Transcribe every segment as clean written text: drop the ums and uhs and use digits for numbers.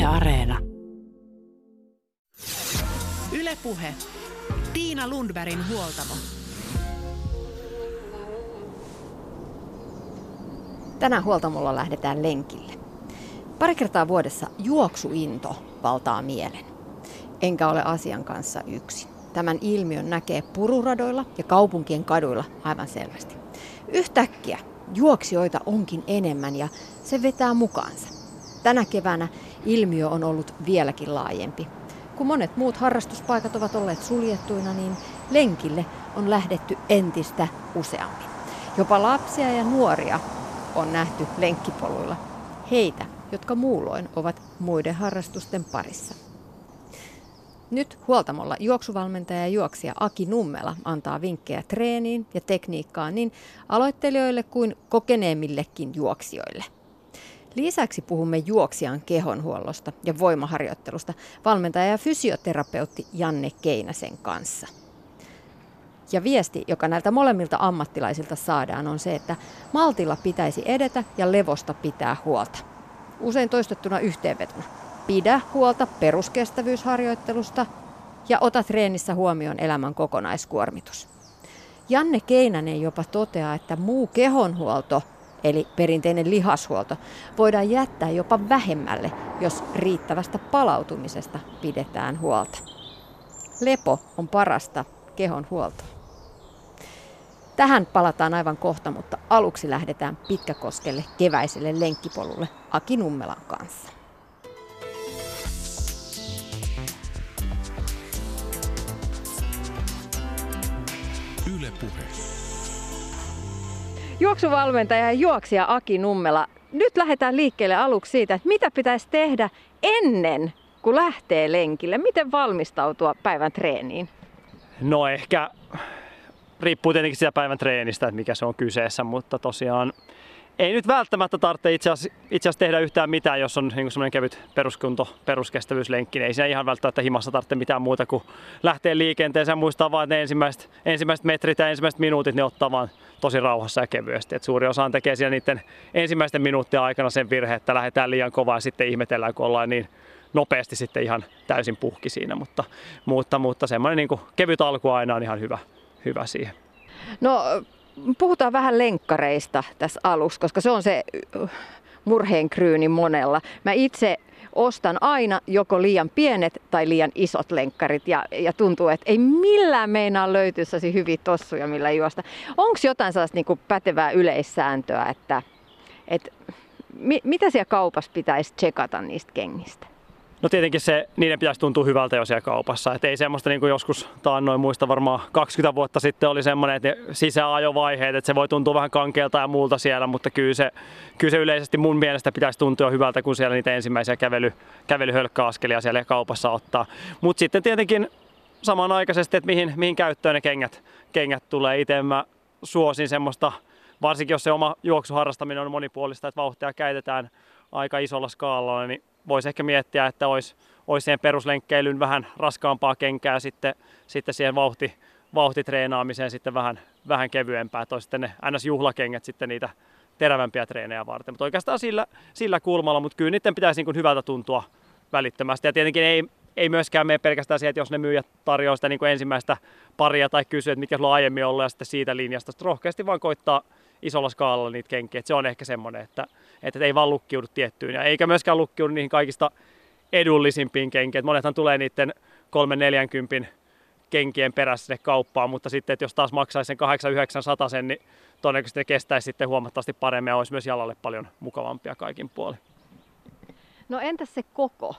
Areena. Yle Puhe. Tiina Lundbergin huoltamo. Tänään huoltamolla lähdetään lenkille. Pari kertaa vuodessa juoksuinto valtaa mielen. Enkä ole asian kanssa yksin. Tämän ilmiön näkee pururadoilla ja kaupunkien kaduilla aivan selvästi. Yhtäkkiä juoksijoita onkin enemmän ja se vetää mukaansa. Tänä keväänä ilmiö on ollut vieläkin laajempi. Kun monet muut harrastuspaikat ovat olleet suljettuina, niin lenkille on lähdetty entistä useammin. Jopa lapsia ja nuoria on nähty lenkkipoluilla. Heitä, jotka muulloin ovat muiden harrastusten parissa. Nyt huoltamolla juoksuvalmentaja ja juoksija Aki Nummela antaa vinkkejä treeniin ja tekniikkaan niin aloittelijoille kuin kokeneemmillekin juoksijoille. Lisäksi puhumme juoksijan kehonhuollosta ja voimaharjoittelusta valmentaja ja fysioterapeutti Janne Keinäsen kanssa. Ja viesti, joka näiltä molemmilta ammattilaisilta saadaan, on se, että maltilla pitäisi edetä ja levosta pitää huolta. Usein toistettuna yhteenvetona. Pidä huolta peruskestävyysharjoittelusta ja ota treenissä huomioon elämän kokonaiskuormitus. Janne Keinänen jopa toteaa, että muu kehonhuolto, eli perinteinen lihashuolto, voidaan jättää jopa vähemmälle, jos riittävästä palautumisesta pidetään huolta. Lepo on parasta kehonhuoltoa. Tähän palataan aivan kohta, mutta aluksi lähdetään Pitkäkoskelle keväiselle lenkkipolulle Aki Nummelan kanssa. Yle Puhe. Juoksuvalmentaja ja juoksija Aki Nummela. Nyt lähdetään liikkeelle aluksi siitä, että mitä pitäisi tehdä ennen kuin lähtee lenkille. Miten valmistautua päivän treeniin? No ehkä riippuu tietenkin sitä päivän treenistä, että mikä se on kyseessä, mutta tosiaan ei nyt välttämättä tarvitse itse asiassa tehdä yhtään mitään, jos on niin semmoinen kevyt peruskestävyyslenkki. Ei siinä ihan välttämättä himassa tarvitse mitään muuta kuin lähteä liikenteeseen. Muistaa vaan, että ne ensimmäiset metrit ja ensimmäiset minuutit ne ottaa vaan tosi rauhassa ja kevyesti. Et suuri osa tekee siinä niiden ensimmäisten minuuttien aikana sen virhe, että lähdetään liian kovaa ja sitten ihmetellään, kun ollaan niin nopeasti sitten ihan täysin puhki siinä. Mutta semmoinen niin kuin kevyt alku aina on ihan hyvä siihen. No, puhutaan vähän lenkkareista tässä aluksi, koska se on se murheenkryyni monella. Mä itse ostan aina joko liian pienet tai liian isot lenkkarit ja tuntuu, että ei millään meinaa löytyä sellaisia hyviä tossuja, millä juosta. Onko jotain sellaista niin kuin pätevää yleissääntöä, että mitä siellä kaupassa pitäisi tsekata niistä kengistä? No tietenkin niiden pitäisi tuntua hyvältä jo siellä kaupassa. Et ei semmoista niin kuin joskus taannoin muista varmaan 20 vuotta sitten oli semmoinen, että sisäajovaiheet, että se voi tuntua vähän kankealta ja muulta siellä, mutta kyllä se yleisesti mun mielestä pitäisi tuntua hyvältä, kun siellä niitä ensimmäisiä kävelyhölkkäaskelia siellä kaupassa ottaa. Mutta sitten tietenkin samanaikaisesti, että mihin käyttöön ne kengät tulee. Itse mä suosin semmoista, varsinkin jos se oma juoksuharrastaminen on monipuolista, että vauhtia käytetään aika isolla skaalalla, niin voisi ehkä miettiä, että olisi siihen peruslenkkeilyn vähän raskaampaa kenkää sitten siihen vauhtitreenaamiseen sitten vähän kevyempää, että olisi sitten ne NS-juhlakengät sitten niitä terävämpiä treenejä varten. Mutta oikeastaan sillä kulmalla, mutta kyllä niiden pitäisi niin kuin hyvältä tuntua välittömästi. Ja tietenkin ei myöskään mene pelkästään siihen, että jos ne myyjät tarjoaa sitä niin kuin ensimmäistä paria tai kysyy, että mitkä sulla on aiemmin ollut ja sitten siitä linjasta, sitten rohkeasti vaan koittaa isolla skaalalla niitä kenkiä. Et se on ehkä semmoinen, että ei vaan lukkiudu tiettyyn. Ja eikä myöskään lukkiudu niihin kaikista edullisimpiin kenkiin. Monethan tulee niiden 3-40 kenkien perässä sinne kauppaan, mutta sitten, että jos taas maksaisi sen 800-900, niin todennäköisesti ne kestäisi sitten huomattavasti paremmin ja olisi myös jalalle paljon mukavampia kaikin puolin. No entäs se koko?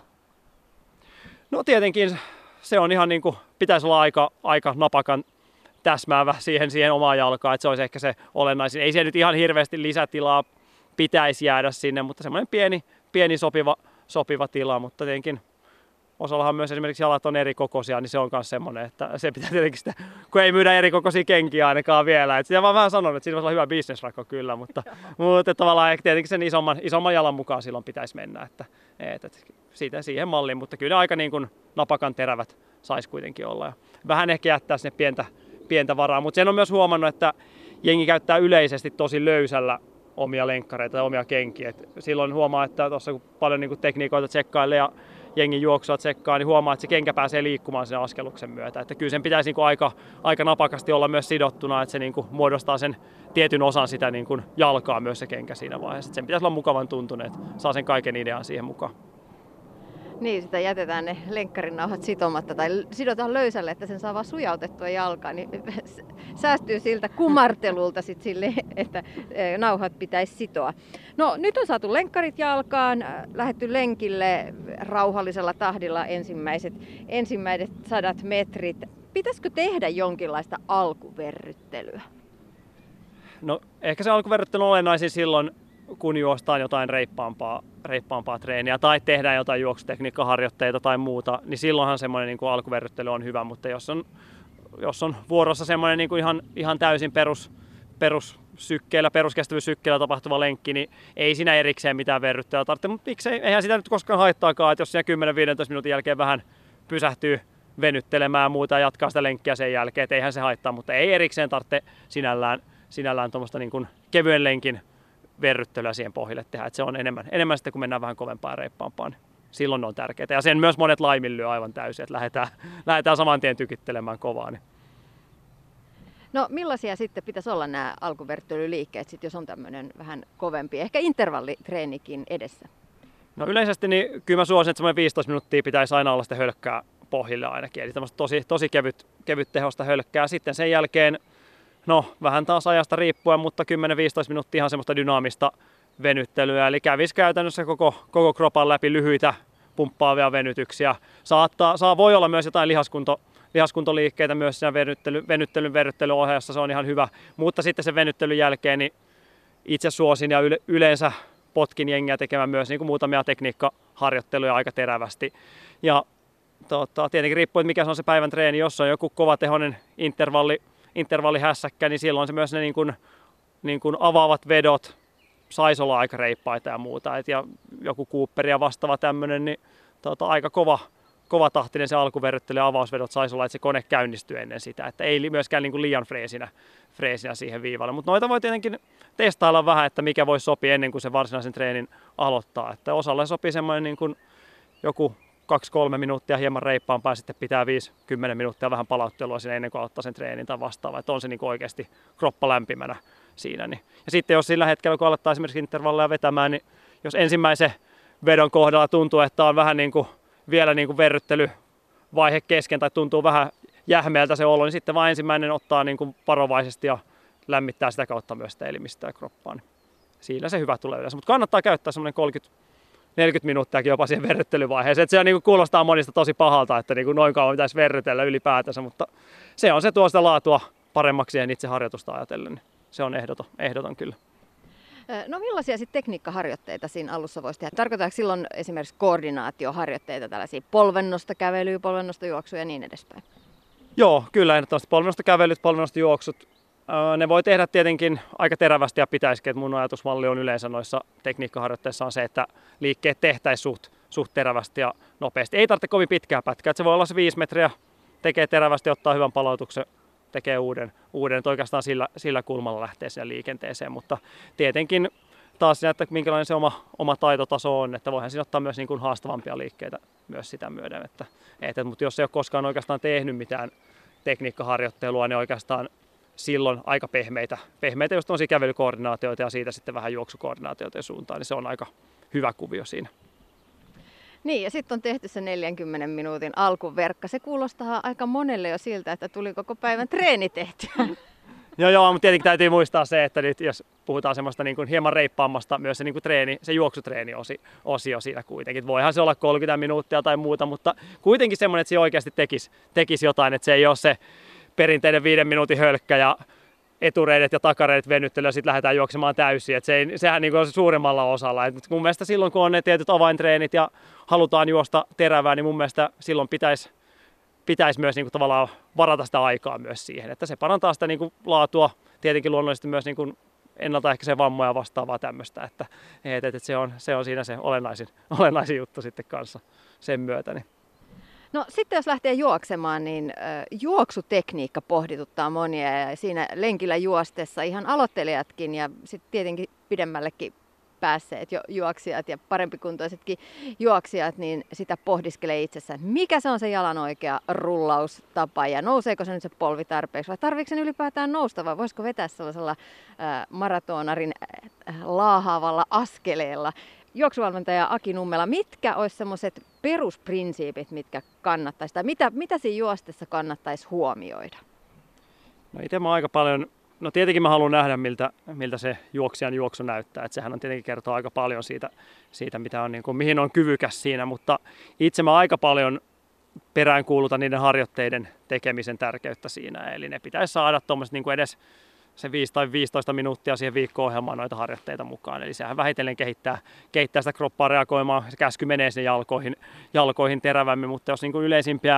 No tietenkin se on ihan niin kuin, pitäisi olla aika napakan täsmäävä siihen omaan jalkaan, että se olisi ehkä se olennaisin. Ei se nyt ihan hirveästi lisätilaa pitäisi jäädä sinne, mutta semmoinen pieni sopiva tila, mutta tietenkin osallahan myös esimerkiksi jalat on eri kokoisia, niin se on myös semmoinen, että se pitää tietenkin sitä, kun ei myydä eri kokoisia kenkiä ainakaan vielä. Et sitä mä vähän sanon, että siinä voisi olla hyvä bisnesrakko kyllä, mutta tavallaan tietenkin sen isomman jalan mukaan silloin pitäisi mennä, että siitä siihen malliin, mutta kyllä aika niin kuin napakan terävät saisi kuitenkin olla. Ja vähän ehkä jättää sinne pientä varaa, mutta sen on myös huomannut, että jengi käyttää yleisesti tosi löysällä omia lenkkareita ja omia kenkiä. Et silloin huomaa, että tuossa kun paljon niin kuin tekniikoita tsekkailee ja jengin juoksua tsekkaa, niin huomaa, että se kenkä pääsee liikkumaan sen askeluksen myötä. Että kyllä sen pitäisi niin kuin aika napakasti olla myös sidottuna, että se niin kuin muodostaa sen tietyn osan sitä niin kuin jalkaa myös se kenkä siinä vaiheessa. Että sen pitäisi olla mukavan tuntunut, että saa sen kaiken idean siihen mukaan. Niin, sitä jätetään ne lenkkarinauhat sitomatta tai sidotaan löysälle, että sen saa vaan sujautettua jalkaan, niin säästyy siltä kumartelulta sit sille, että nauhat pitäisi sitoa. No nyt on saatu lenkkarit jalkaan, lähdetty lenkille rauhallisella tahdilla ensimmäiset 100 metrit. Pitäisikö tehdä jonkinlaista alkuverryttelyä? No ehkä se alkuverryttely on olennaisin silloin, kun juostaan jotain reippaampaa treeniä tai tehdään jotain juoksutekniikkaharjoitteita tai muuta, niin silloinhan semmoinen niin kuin alkuverryttely on hyvä, mutta jos on vuorossa semmoinen niin kuin ihan täysin peruskestävyyssykkeellä tapahtuva lenkki, niin ei siinä erikseen mitään verryttelyä tarvitse, mutta miksei, eihän sitä nyt koskaan haittaakaan, että jos siinä 10-15 minuutin jälkeen vähän pysähtyy venyttelemään ja muuta ja jatkaa sitä lenkkiä sen jälkeen, että eihän se haittaa, mutta ei erikseen tarvitse sinällään tuommoista niin kuin kevyen lenkin verryttelyä siihen pohjille tehdä. Että se on enemmän sitten, kun mennään vähän kovempaan ja reippaampaan. Niin silloin ne on tärkeää. Ja sen myös monet laiminlyö aivan täysin, että lähdetään saman tien tykittelemään kovaa. Niin. No millaisia sitten pitäisi olla nämä alkuverryttelyliikkeet, sit, jos on tämmöinen vähän kovempi, ehkä intervallitreenikin edessä? No yleisesti niin kyllä mä suosin, että semmoinen 15 minuuttia pitäisi aina olla sitä hölkkää pohjille ainakin. Eli tämmöistä tosi kevyt tehosta hölkkää. Sitten sen jälkeen no, vähän taas ajasta riippuen, mutta 10-15 minuuttia ihan semmoista dynaamista venyttelyä. Eli kävisi käytännössä koko kropan läpi lyhyitä pumppaavia venytyksiä. Voi olla myös jotain lihaskuntoliikkeitä myös siinä verryttelyohjeessa, se on ihan hyvä. Mutta sitten sen venyttelyn jälkeen niin itse suosin ja yleensä potkin jengiä tekemään myös niin kuin muutamia tekniikkaharjoitteluja aika terävästi. Ja tietenkin riippuu, että mikä se on se päivän treeni. Jos on joku kovatehoinen intervallihässäkkä, niin silloin se myös ne niin kuin avaavat vedot saisi olla aika reippaita ja muuta. Ja joku Cooper ja vastaava tämmöinen, niin aika kova tahtinen se alkuverryttely ja avausvedot saisi olla, että se kone käynnistyy ennen sitä. Että ei myöskään niin kuin liian freesinä siihen viivalle. Mutta noita voi tietenkin testailla vähän, että mikä voisi sopia ennen kuin se varsinaisen treenin aloittaa. Että osalle sopii semmoinen niin kuin joku 2-3 minuuttia hieman reippaampaa ja sitten pitää 5-10 minuuttia vähän palauttelua siinä ennen kuin aloittaa sen treenin tai vastaavaa. Että on se niin kuin oikeasti kroppa lämpimänä siinä. Niin. Ja sitten jos sillä hetkellä, kun aloittaa esimerkiksi intervalleja vetämään, niin jos ensimmäisen vedon kohdalla tuntuu, että on vähän niin kuin, vielä niin kuin verryttelyvaihe kesken tai tuntuu vähän jähmeeltä se olo, niin sitten vaan ensimmäinen ottaa niin kuin varovaisesti ja lämmittää sitä kautta myös sitä elimistöä ja kroppaa. Niin siinä se hyvä tulee yleensä. Mutta kannattaa käyttää semmoinen 30-40 minuuttiakin jopa siihen verryttelyvaiheeseen. Se niin kuin kuulostaa monista tosi pahalta, että niin kuin noin kauan pitäisi verrytellä ylipäätänsä, mutta se tuo sitä laatua paremmaksi siihen itse harjoitusta ajatellen. Niin se on ehdoton kyllä. No millaisia sitten tekniikkaharjoitteita siinä alussa voisi tehdä? Tarkoittaako silloin esimerkiksi koordinaatioharjoitteita, tällaisia polvennosta kävelyä, polvennosta juoksuja ja niin edespäin? Joo, kyllä ehdottomasti polvennosta kävelyt, polvennosta juoksut. Ne voi tehdä tietenkin aika terävästi ja pitäisikin, että mun ajatusmalli on yleensä noissa tekniikkaharjoitteissa on se, että liikkeet tehtäisiin suht terävästi ja nopeasti. Ei tarvitse kovin pitkää pätkää, että se voi olla se 5 metriä, tekee terävästi, ottaa hyvän palautuksen, tekee uuden että oikeastaan sillä kulmalla lähtee sinne liikenteeseen, mutta tietenkin taas siinä, että minkälainen se oma taitotaso on, että voihan siinä ottaa myös niin kuin haastavampia liikkeitä myös sitä myöden, mutta jos ei ole koskaan oikeastaan tehnyt mitään tekniikkaharjoittelua, niin oikeastaan silloin aika pehmeitä just tommosia kävelykoordinaatioita ja siitä sitten vähän juoksukoordinaatioita suuntaan, niin se on aika hyvä kuvio siinä. Niin, ja sitten on tehty se 40 minuutin alkuverkka. Se kuulostaa aika monelle jo siltä, että tuli koko päivän treeni tehtyä. Joo, mutta tietenkin täytyy muistaa se, että nyt jos puhutaan semmoista niin kuin hieman reippaammasta, myös se, niin kuin se juoksutreeni-osio siinä kuitenkin. Voihan se olla 30 minuuttia tai muuta, mutta kuitenkin semmoinen, että se oikeasti tekisi jotain, että se ei ole se perinteinen 5 minuutin hölkkä ja etureidet ja takareidet venyttely ja sitten lähdetään juoksemaan täysin. Sehän niin kuin on se suurimmalla osalla. Et mun mielestä silloin, kun on ne tietyt avaintreenit ja halutaan juosta terävää, niin mun mielestä silloin pitäisi myös niin kuin tavallaan varata sitä aikaa myös siihen. Että se parantaa sitä niin kuin laatua, tietenkin luonnollisesti myös niin kuin ennaltaehkäisee vammoja vastaavaa tämmöistä. Että se on siinä se olennaisin juttu sitten kanssa sen myötä. Niin. No sitten jos lähtee juoksemaan, niin juoksutekniikka pohdituttaa monia ja siinä lenkillä juostessa ihan aloittelijatkin ja sitten tietenkin pidemmällekin päässeet juoksijat ja parempikuntoisetkin juoksijat, niin sitä pohdiskelee itsessään, että mikä se on se jalan oikea rullaustapa ja nouseeko se nyt se polvi tarpeeksi vai tarviiko sen ylipäätään nousta vai voisiko vetää sellaisella maratonarin laahaavalla askeleella. Juoksuvalmentaja Aki Nummela, mitkä olisi sellaiset perusprinsiipit, mitkä kannattaisi tai mitä siinä juostessa kannattaisi huomioida? No itse mä aika paljon, no tietenkin mä haluan nähdä miltä se juoksijan juoksu näyttää, että sehän on tietenkin kertoo aika paljon siitä mitä on, niin kuin, mihin on kyvykäs siinä, mutta itse mä aika paljon peräänkuulutan niiden harjoitteiden tekemisen tärkeyttä siinä, eli ne pitäisi saada tuommoiset niin kuin edes se 5 tai 15 minuuttia siihen viikko-ohjelmaan noita harjoitteita mukaan. Eli sehän vähitellen kehittää sitä kroppaa reagoimaan, se käsky menee sinne jalkoihin terävämmin, mutta jos niin kuin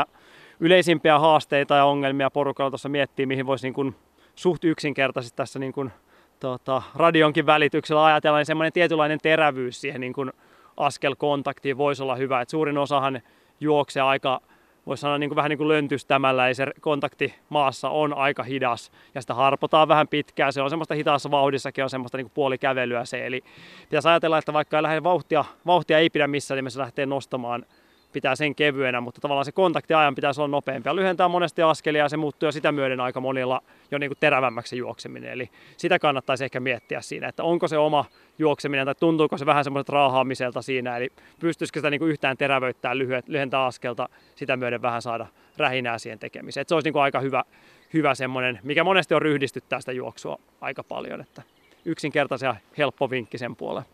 yleisimpiä haasteita ja ongelmia porukalla tuossa miettii, mihin voisi niin kuin suht yksinkertaisesti tässä niin kuin, radionkin välityksellä ajatella, niin semmoinen tietynlainen terävyys siihen niin kuin askelkontaktiin voisi olla hyvä. Et suurin osahan juoksee aika, voisi sanoa niin kuin, vähän niin kuin löntystämällä, eli se kontakti maassa on aika hidas ja sitä harpotaan vähän pitkään. Se on semmoista hitaassa vauhdissakin, on semmoista niin kuin puolikävelyä se. Eli pitäisi ajatella, että vaikka ei lähde vauhtia ei pidä missään nimessä lähteä nostamaan, pitää sen kevyenä, mutta tavallaan se kontaktiajan pitäisi olla nopeampi. Ja lyhentää monesti askelia ja se muuttuu jo sitä myöden aika monilla jo niin kuin terävämmäksi juokseminen. Eli sitä kannattaisi ehkä miettiä siinä, että onko se oma juokseminen tai tuntuuko se vähän semmoiset raahaamiselta siinä. Eli pystyisikö sitä niin kuin yhtään terävöittää, lyhentää askelta, sitä myöden vähän saada rähinää siihen tekemiseen. Että se olisi niin kuin aika hyvä semmoinen, mikä monesti on ryhdistyttää sitä juoksua aika paljon. Että yksinkertaisen ja helppo vinkki sen puoleen.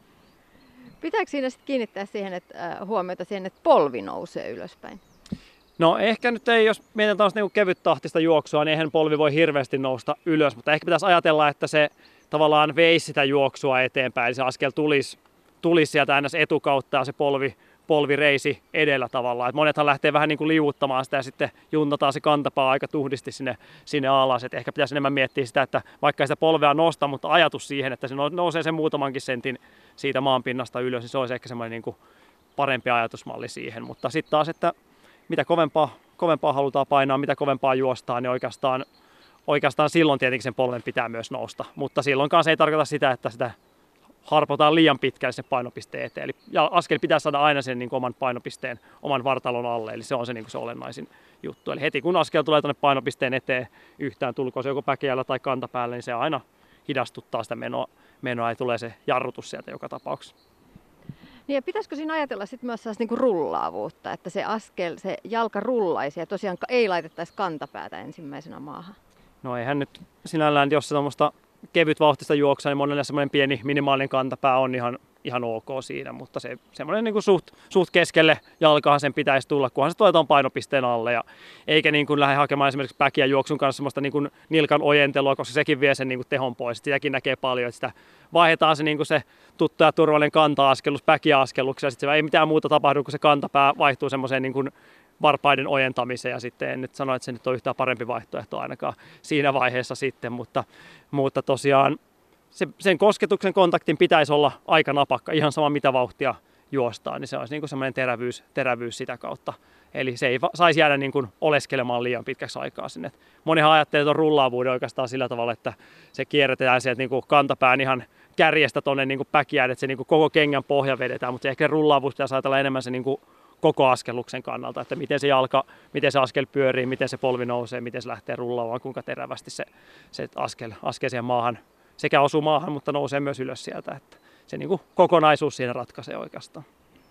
Pitääkö siinä sitten kiinnittää siihen, huomiota siihen, että polvi nousee ylöspäin? No ehkä nyt ei, jos mietitään tällaista niin kevyttahtista juoksua, niin eihän polvi voi hirveästi nousta ylös, mutta ehkä pitäisi ajatella, että se tavallaan veisi sitä juoksua eteenpäin, eli se askel tulisi sieltä ns. Etukautta ja se polvireisi edellä tavallaan. Et monethan lähtee vähän niin kuin liuuttamaan sitä ja sitten juntataan se kantapää aika tuhdisti sinne alas. Et ehkä pitäisi enemmän miettiä sitä, että vaikka ei sitä polvea nosta, mutta ajatus siihen, että se nousee sen muutamankin sentin siitä maanpinnasta ylös, niin se olisi ehkä semmoinen niin kuin parempi ajatusmalli siihen. Mutta sitten taas, että mitä kovempaa halutaan painaa, mitä kovempaa juostaan, niin oikeastaan silloin tietenkin sen polven pitää myös nousta. Mutta silloinkaan se ei tarkoita sitä, että sitä harpotaan liian pitkälle sen painopisteen eteen. Eli askel pitää saada aina sen niin kuin oman painopisteen, oman vartalon alle, eli se on se, niin kuin se olennaisin juttu. Eli heti kun askel tulee tuonne painopisteen eteen yhtään, tulkoon se joko päkeällä tai kantapäällä, niin se aina hidastuttaa sitä menoa ja tulee se jarrutus sieltä joka tapauksessa. Niin ja pitäisikö siinä ajatella sitten myös sellaista niin kuin rullaavuutta, että se askel, se jalka rullaisi ja tosiaan ei laitettaisi kantapäätä ensimmäisenä maahan? No eihän nyt sinällään, jos se tuommoista kevytvauhtista juoksaa, niin monelle semmoinen pieni minimaalinen kantapää on ihan ok siinä, mutta se semmoinen niin kuin suht keskelle jalkahan sen pitäisi tulla, kunhan se tulee tuon painopisteen alle ja eikä niin kuin lähde hakemaan esimerkiksi päkiä juoksun kanssa semmoista niin kuin nilkan ojentelua, koska sekin vie sen niin kuin tehon pois. Sitäkin näkee paljon, että sitä vaihdetaan se, niin kuin se tuttu ja turvallinen kanta-askellus päkiaskelluksi ja sitten ei mitään muuta tapahdu, kun se kantapää vaihtuu semmoiseen niin kuin varpaiden ojentamiseen ja sitten en nyt sano, että se nyt on yhtään parempi vaihtoehto ainakaan siinä vaiheessa sitten, mutta tosiaan sen kosketuksen kontaktin pitäisi olla aika napakka, ihan sama mitä vauhtia juostaan, niin se olisi niin kuin semmoinen terävyys sitä kautta. Eli se ei saisi jäädä niin kuin oleskelemaan liian pitkäksi aikaa sinne. Monihan ajattelee tuon rullaavuuden oikeastaan sillä tavalla, että se kierretään sieltä niin kuin kantapään ihan kärjestä tuonne niin kuin päkiään, että se niin kuin koko kengän pohja vedetään, mutta ehkä rulaavuus pitäisi ajatella enemmän se niin kuin koko askelluksen kannalta, että miten se jalka, miten se askel pyörii, miten se polvi nousee, miten se lähtee rullaamaan, kuinka terävästi se askel siihen maahan sekä osuu maahan, mutta nousee myös ylös sieltä, että se niin kuin kokonaisuus siinä ratkaisee oikeastaan.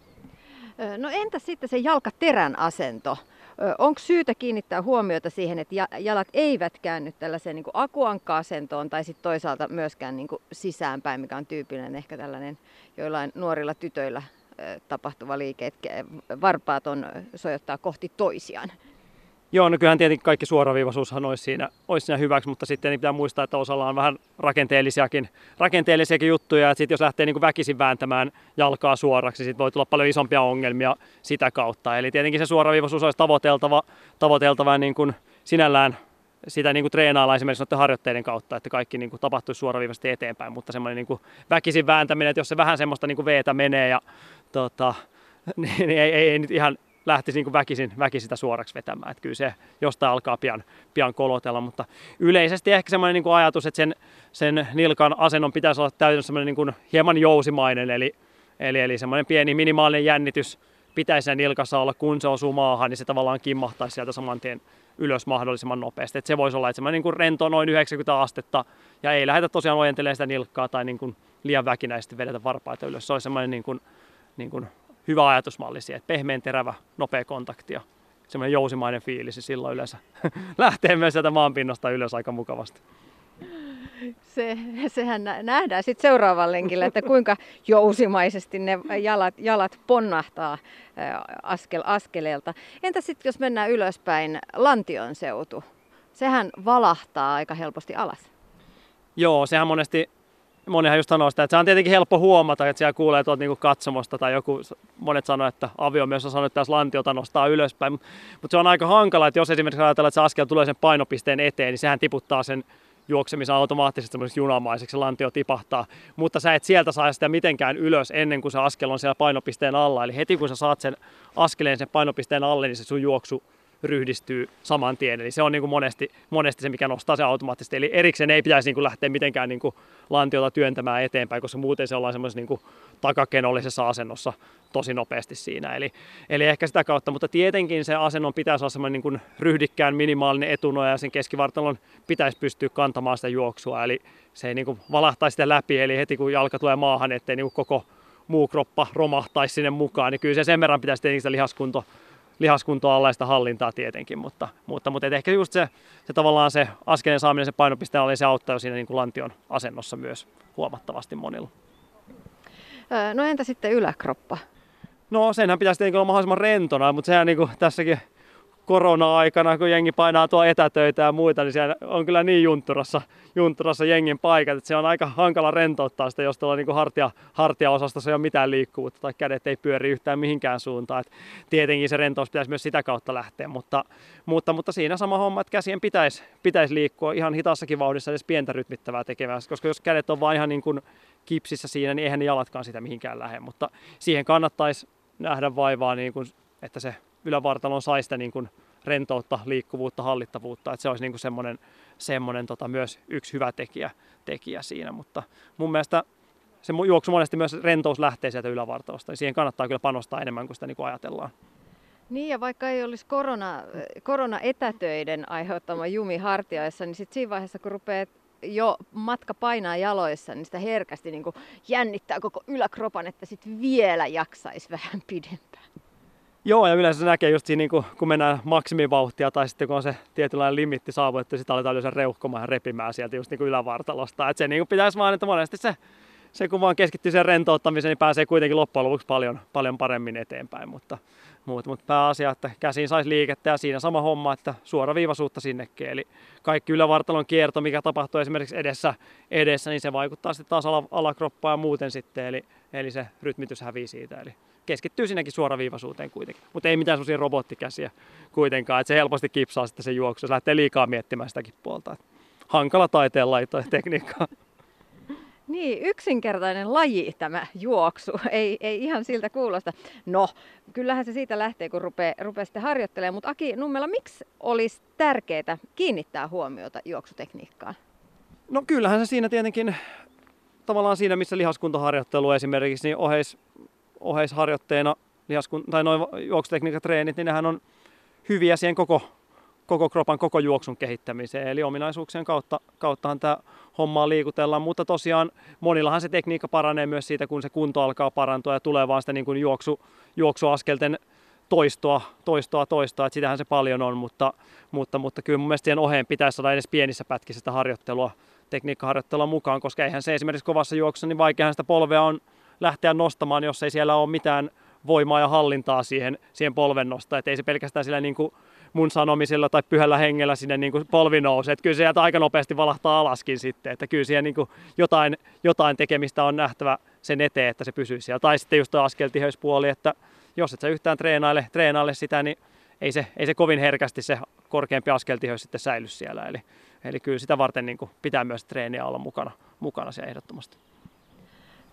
No entä sitten se jalkaterän asento? Onko syytä kiinnittää huomiota siihen, että jalat eivät käänny tällaiseen niin kuin akuankka-asentoon tai sitten toisaalta myöskään niin kuin sisäänpäin, mikä on tyypillinen ehkä tällainen joillain nuorilla tytöillä tapahtuva liike, että varpaat sojottaa kohti toisiaan? Joo, no kyllähän tietenkin kaikki suoraviivaisuushan olisi siinä hyväksi, mutta sitten pitää muistaa, että osalla on vähän rakenteellisiakin juttuja, että sitten jos lähtee niin kuin väkisin vääntämään jalkaa suoraksi, sitten voi tulla paljon isompia ongelmia sitä kautta. Eli tietenkin se suoraviivaisuus olisi tavoiteltava niin kuin sinällään sitä niin kuin treenaillaan esimerkiksi noiden harjoitteiden kautta, että kaikki niin kuin tapahtuisi suoraviivaisesti eteenpäin, mutta semmoinen niin kuin väkisin vääntäminen, että jos se vähän semmoista niin kuin veetä menee ja niin ei nyt ihan lähtisi niin kuin väkisin sitä suoraksi vetämään. Että kyllä se jostain alkaa pian kolotella, mutta yleisesti ehkä semmoinen niin kuin ajatus, että sen nilkan asennon pitäisi olla täysin semmoinen niin kuin hieman jousimainen, eli semmoinen pieni minimaalinen jännitys pitäisi siinä nilkassa olla, kun se osuu maahan, niin se tavallaan kimmahtaisi sieltä saman tien ylös mahdollisimman nopeasti. Että se voisi olla, että semmoinen niin kuin rento noin 90 astetta ja ei lähdetä tosiaan ojentelemaan sitä nilkkaa tai niin kuin liian väkinäisesti vedetä varpaita ylös. Se olisi semmoinen niin kuin hyvä ajatusmalli siihen, että pehmeän terävä, nopea kontakti ja semmoinen jousimainen fiilis ja silloin yleensä lähtee myös sieltä maanpinnasta ylös aika mukavasti. Sehän nähdään sitten seuraavalla lenkillä, että kuinka jousimaisesti ne jalat ponnahtaa askel askeleelta. Entä sitten jos mennään ylöspäin, lantion seutu? Sehän valahtaa aika helposti alas. Joo, sehän monihan just sanoo sitä, että se on tietenkin helppo huomata, että siellä kuulee tuolta niinku katsomosta tai monet sanoo, että avio myös on sanonut, että tässä lantiota nostaa ylöspäin, mutta se on aika hankala, että jos esimerkiksi ajatellaan, että se askel tulee sen painopisteen eteen, niin sehän tiputtaa sen juoksemisen automaattisesti semmoiseksi junamaiseksi, se lantio tipahtaa, mutta sä et sieltä saa sitä mitenkään ylös ennen kuin se askel on siellä painopisteen alla, eli heti kun sä saat sen askeleen sen painopisteen alle, niin se sun juoksu ryhdistyy saman tien, eli se on niin kuin monesti se, mikä nostaa se automaattisesti, eli erikseen ei pitäisi niin kuin lähteä mitenkään niin kuin lantiota työntämään eteenpäin, koska muuten se ollaan semmoisessa niin kuin takakenollisessa asennossa tosi nopeasti siinä, eli ehkä sitä kautta, mutta tietenkin se asennon pitäisi olla semmoinen niin kuin ryhdikkään minimaalinen etunoja ja sen keskivartalon pitäisi pystyä kantamaan sitä juoksua, eli se ei niin kuin valahtaisi sitä läpi, eli heti kun jalka tulee maahan, ettei niin kuin koko muu kroppa romahtaisi sinne mukaan, niin kyllä se sen verran pitäisi tietenkin sitä lihaskuntoa alla ja sitä hallintaa tietenkin, mutta ehkä just se tavallaan se askeleen saaminen, se painopisteen alle, se auttaa jo siinä niin kuin lantion asennossa myös huomattavasti monilla. No entä sitten yläkroppa? No senhän pitäisi tietenkin olla mahdollisimman rentona, mutta sehän niin kuin tässäkin korona-aikana, kun jengi painaa tuo etätöitä ja muita, niin siellä on kyllä niin juntturassa jengin paikat, että se on aika hankala rentouttaa sitä, jos tuolla niin hartiaosastossa ei ole mitään liikkuvuutta tai kädet ei pyöri yhtään mihinkään suuntaan. Et tietenkin se rentous pitäisi myös sitä kautta lähteä, mutta siinä sama homma, että käsien pitäisi liikkua ihan hitaassakin vauhdissa edes pientä rytmittävää tekemään, koska jos kädet on vaan ihan niin kuin kipsissä siinä, niin eihän ne jalatkaan sitä mihinkään lähde, mutta siihen kannattaisi nähdä vaivaa, niin kuin, että se ylävartalon saisi sitä niin kuin rentoutta, liikkuvuutta, hallittavuutta, että se olisi niin kuin semmoinen myös yksi hyvä tekijä siinä, mutta mun mielestä se juoksu monesti myös rentous lähtee sieltä ylävartalosta, niin siihen kannattaa kyllä panostaa enemmän kuin sitä niin kuin ajatellaan. Niin ja vaikka ei olisi korona-etätöiden aiheuttama jumi hartioissa, niin sitten siinä vaiheessa kun rupeat jo matka painaa jaloissa, niin sitä herkästi niin kuin jännittää koko yläkropan, että sitten vielä jaksaisi vähän pidempään. Joo, ja yleensä se näkee just siinä, kun mennään maksimivauhtia tai sitten kun on se tietynlainen limitti saavutettu, sitten aletaan yleensä reuhkomaan ja repimään sieltä just niin kuin ylävartalosta. Että se niin kuin pitäisi vaan, että monesti se kun vaan keskittyy sen rentouttamiseen, niin pääsee kuitenkin loppujen lopuksi paljon paremmin eteenpäin. Mutta pääasia, että käsiin saisi liikettä ja siinä sama homma, että suoraviivaisuutta sinnekin. Eli kaikki ylävartalon kierto, mikä tapahtuu esimerkiksi edessä, niin se vaikuttaa sitten taas alakroppaan ja muuten sitten. Eli se rytmitys hävii siitä. Eli keskittyy sinnekin suoraviivaisuuteen kuitenkin. Mutta ei mitään sellaisia robottikäsiä kuitenkaan, että se helposti kipsaa sitten se juoksu, jos lähtee liikaa miettimään sitäkin puolta. Hankala taiteenlaito ja tekniikkaa. Niin, yksinkertainen laji tämä juoksu, ei ihan siltä kuulosta. No, kyllähän se siitä lähtee, kun rupeaa sitten harjoittelemaan, mutta Aki Nummela, miksi olisi tärkeää kiinnittää huomiota juoksutekniikkaan? No kyllähän se siinä tietenkin, tavallaan siinä missä lihaskuntoharjoittelu esimerkiksi, niin oheisharjoitteena tai noin juoksutekniikkatreenit, niin nehän on hyviä siihen koko kropan, koko juoksun kehittämiseen. Eli ominaisuuksien kauttahan tämä hommaa liikutellaan, mutta tosiaan monillahan se tekniikka paranee myös siitä, kun se kunto alkaa parantua ja tulee vaan sitä niin kuin juoksuaskelten toistoa, että sitähän se paljon on, mutta kyllä mun mielestä siihen oheen pitäisi saada edes pienissä pätkissä sitä tekniikkaharjoittelua mukaan, koska eihän se esimerkiksi kovassa juoksussa, niin vaikeahan sitä polvea on lähteä nostamaan, jos ei siellä ole mitään voimaa ja hallintaa siihen polven nostaa, että ei se pelkästään sillä niin kuin mun sanomisilla tai pyhällä hengellä sinne niin kuin polvi nousee, että kyllä se sieltä aika nopeasti valahtaa alaskin sitten, että kyllä siellä niin kuin jotain tekemistä on nähtävä sen eteen, että se pysyy siellä. Tai sitten just tuo askeltiheyspuoli, että jos et sä yhtään treenaile sitä, niin ei se kovin herkästi se korkeampi askeltiheys sitten säily siellä. Eli kyllä sitä varten niin kuin pitää myös treeniä olla mukana siellä ehdottomasti.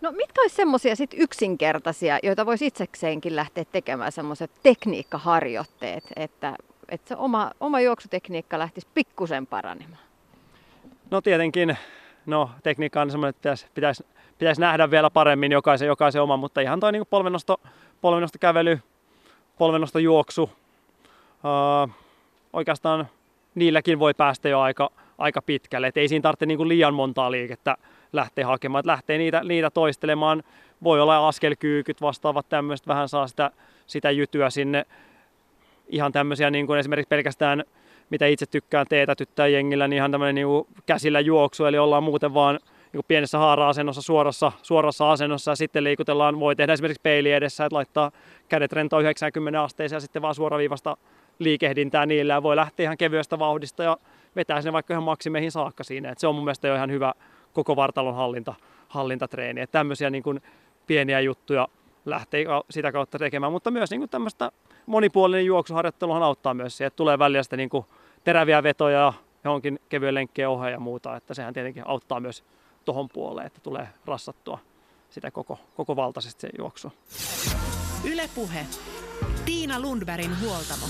No mitkä olisi semmoisia sit yksinkertaisia, joita voisi itsekseenkin lähteä tekemään, semmoiset tekniikkaharjoitteet, että se oma juoksutekniikka lähtisi pikkusen paranemaan? No tietenkin, tekniikka on semmoinen, että pitäisi nähdä vielä paremmin jokaisen oma, mutta ihan toi niin polvennosto kävely, polvennosto juoksu, oikeastaan niilläkin voi päästä jo aika pitkälle, et ei siinä tarvitse niin kuin liian montaa liikettä lähteä hakemaan, että lähtee niitä toistelemaan, voi olla askelkyykyt, vastaavat tämmöiset, vähän saa sitä jytyä sinne, ihan tämmöisiä niin kuin esimerkiksi pelkästään, mitä itse tykkään teetätyttää jengillä, niin ihan tämmöinen niin kuin käsillä juoksu, eli ollaan muuten vaan niin kuin pienessä haara-asennossa, suorassa asennossa ja sitten liikutellaan, voi tehdä esimerkiksi peili edessä, että laittaa kädet rentoon 90 asteeseen ja sitten vaan suoraviivasta liikehdintää niillä ja voi lähteä ihan kevyestä vauhdista ja vetää sen vaikka ihan maksimeihin saakka siinä, että se on mun mielestä jo ihan hyvä koko vartalon hallintatreeni, että tämmöisiä niin kuin pieniä juttuja lähtee sitä kautta tekemään, mutta myös niin kuin tämmöistä monipuolinen juoksuharjoitteluhan auttaa myös siihen, että tulee välillä sitä niin kuin teräviä vetoja johonkin kevyen lenkkien oheen ja muuta, että sehän tietenkin auttaa myös tohon puoleen, että tulee rassattua sitä koko valtaisesti se juoksua. Yle Puhe. Tiina Lundbergin huoltamo.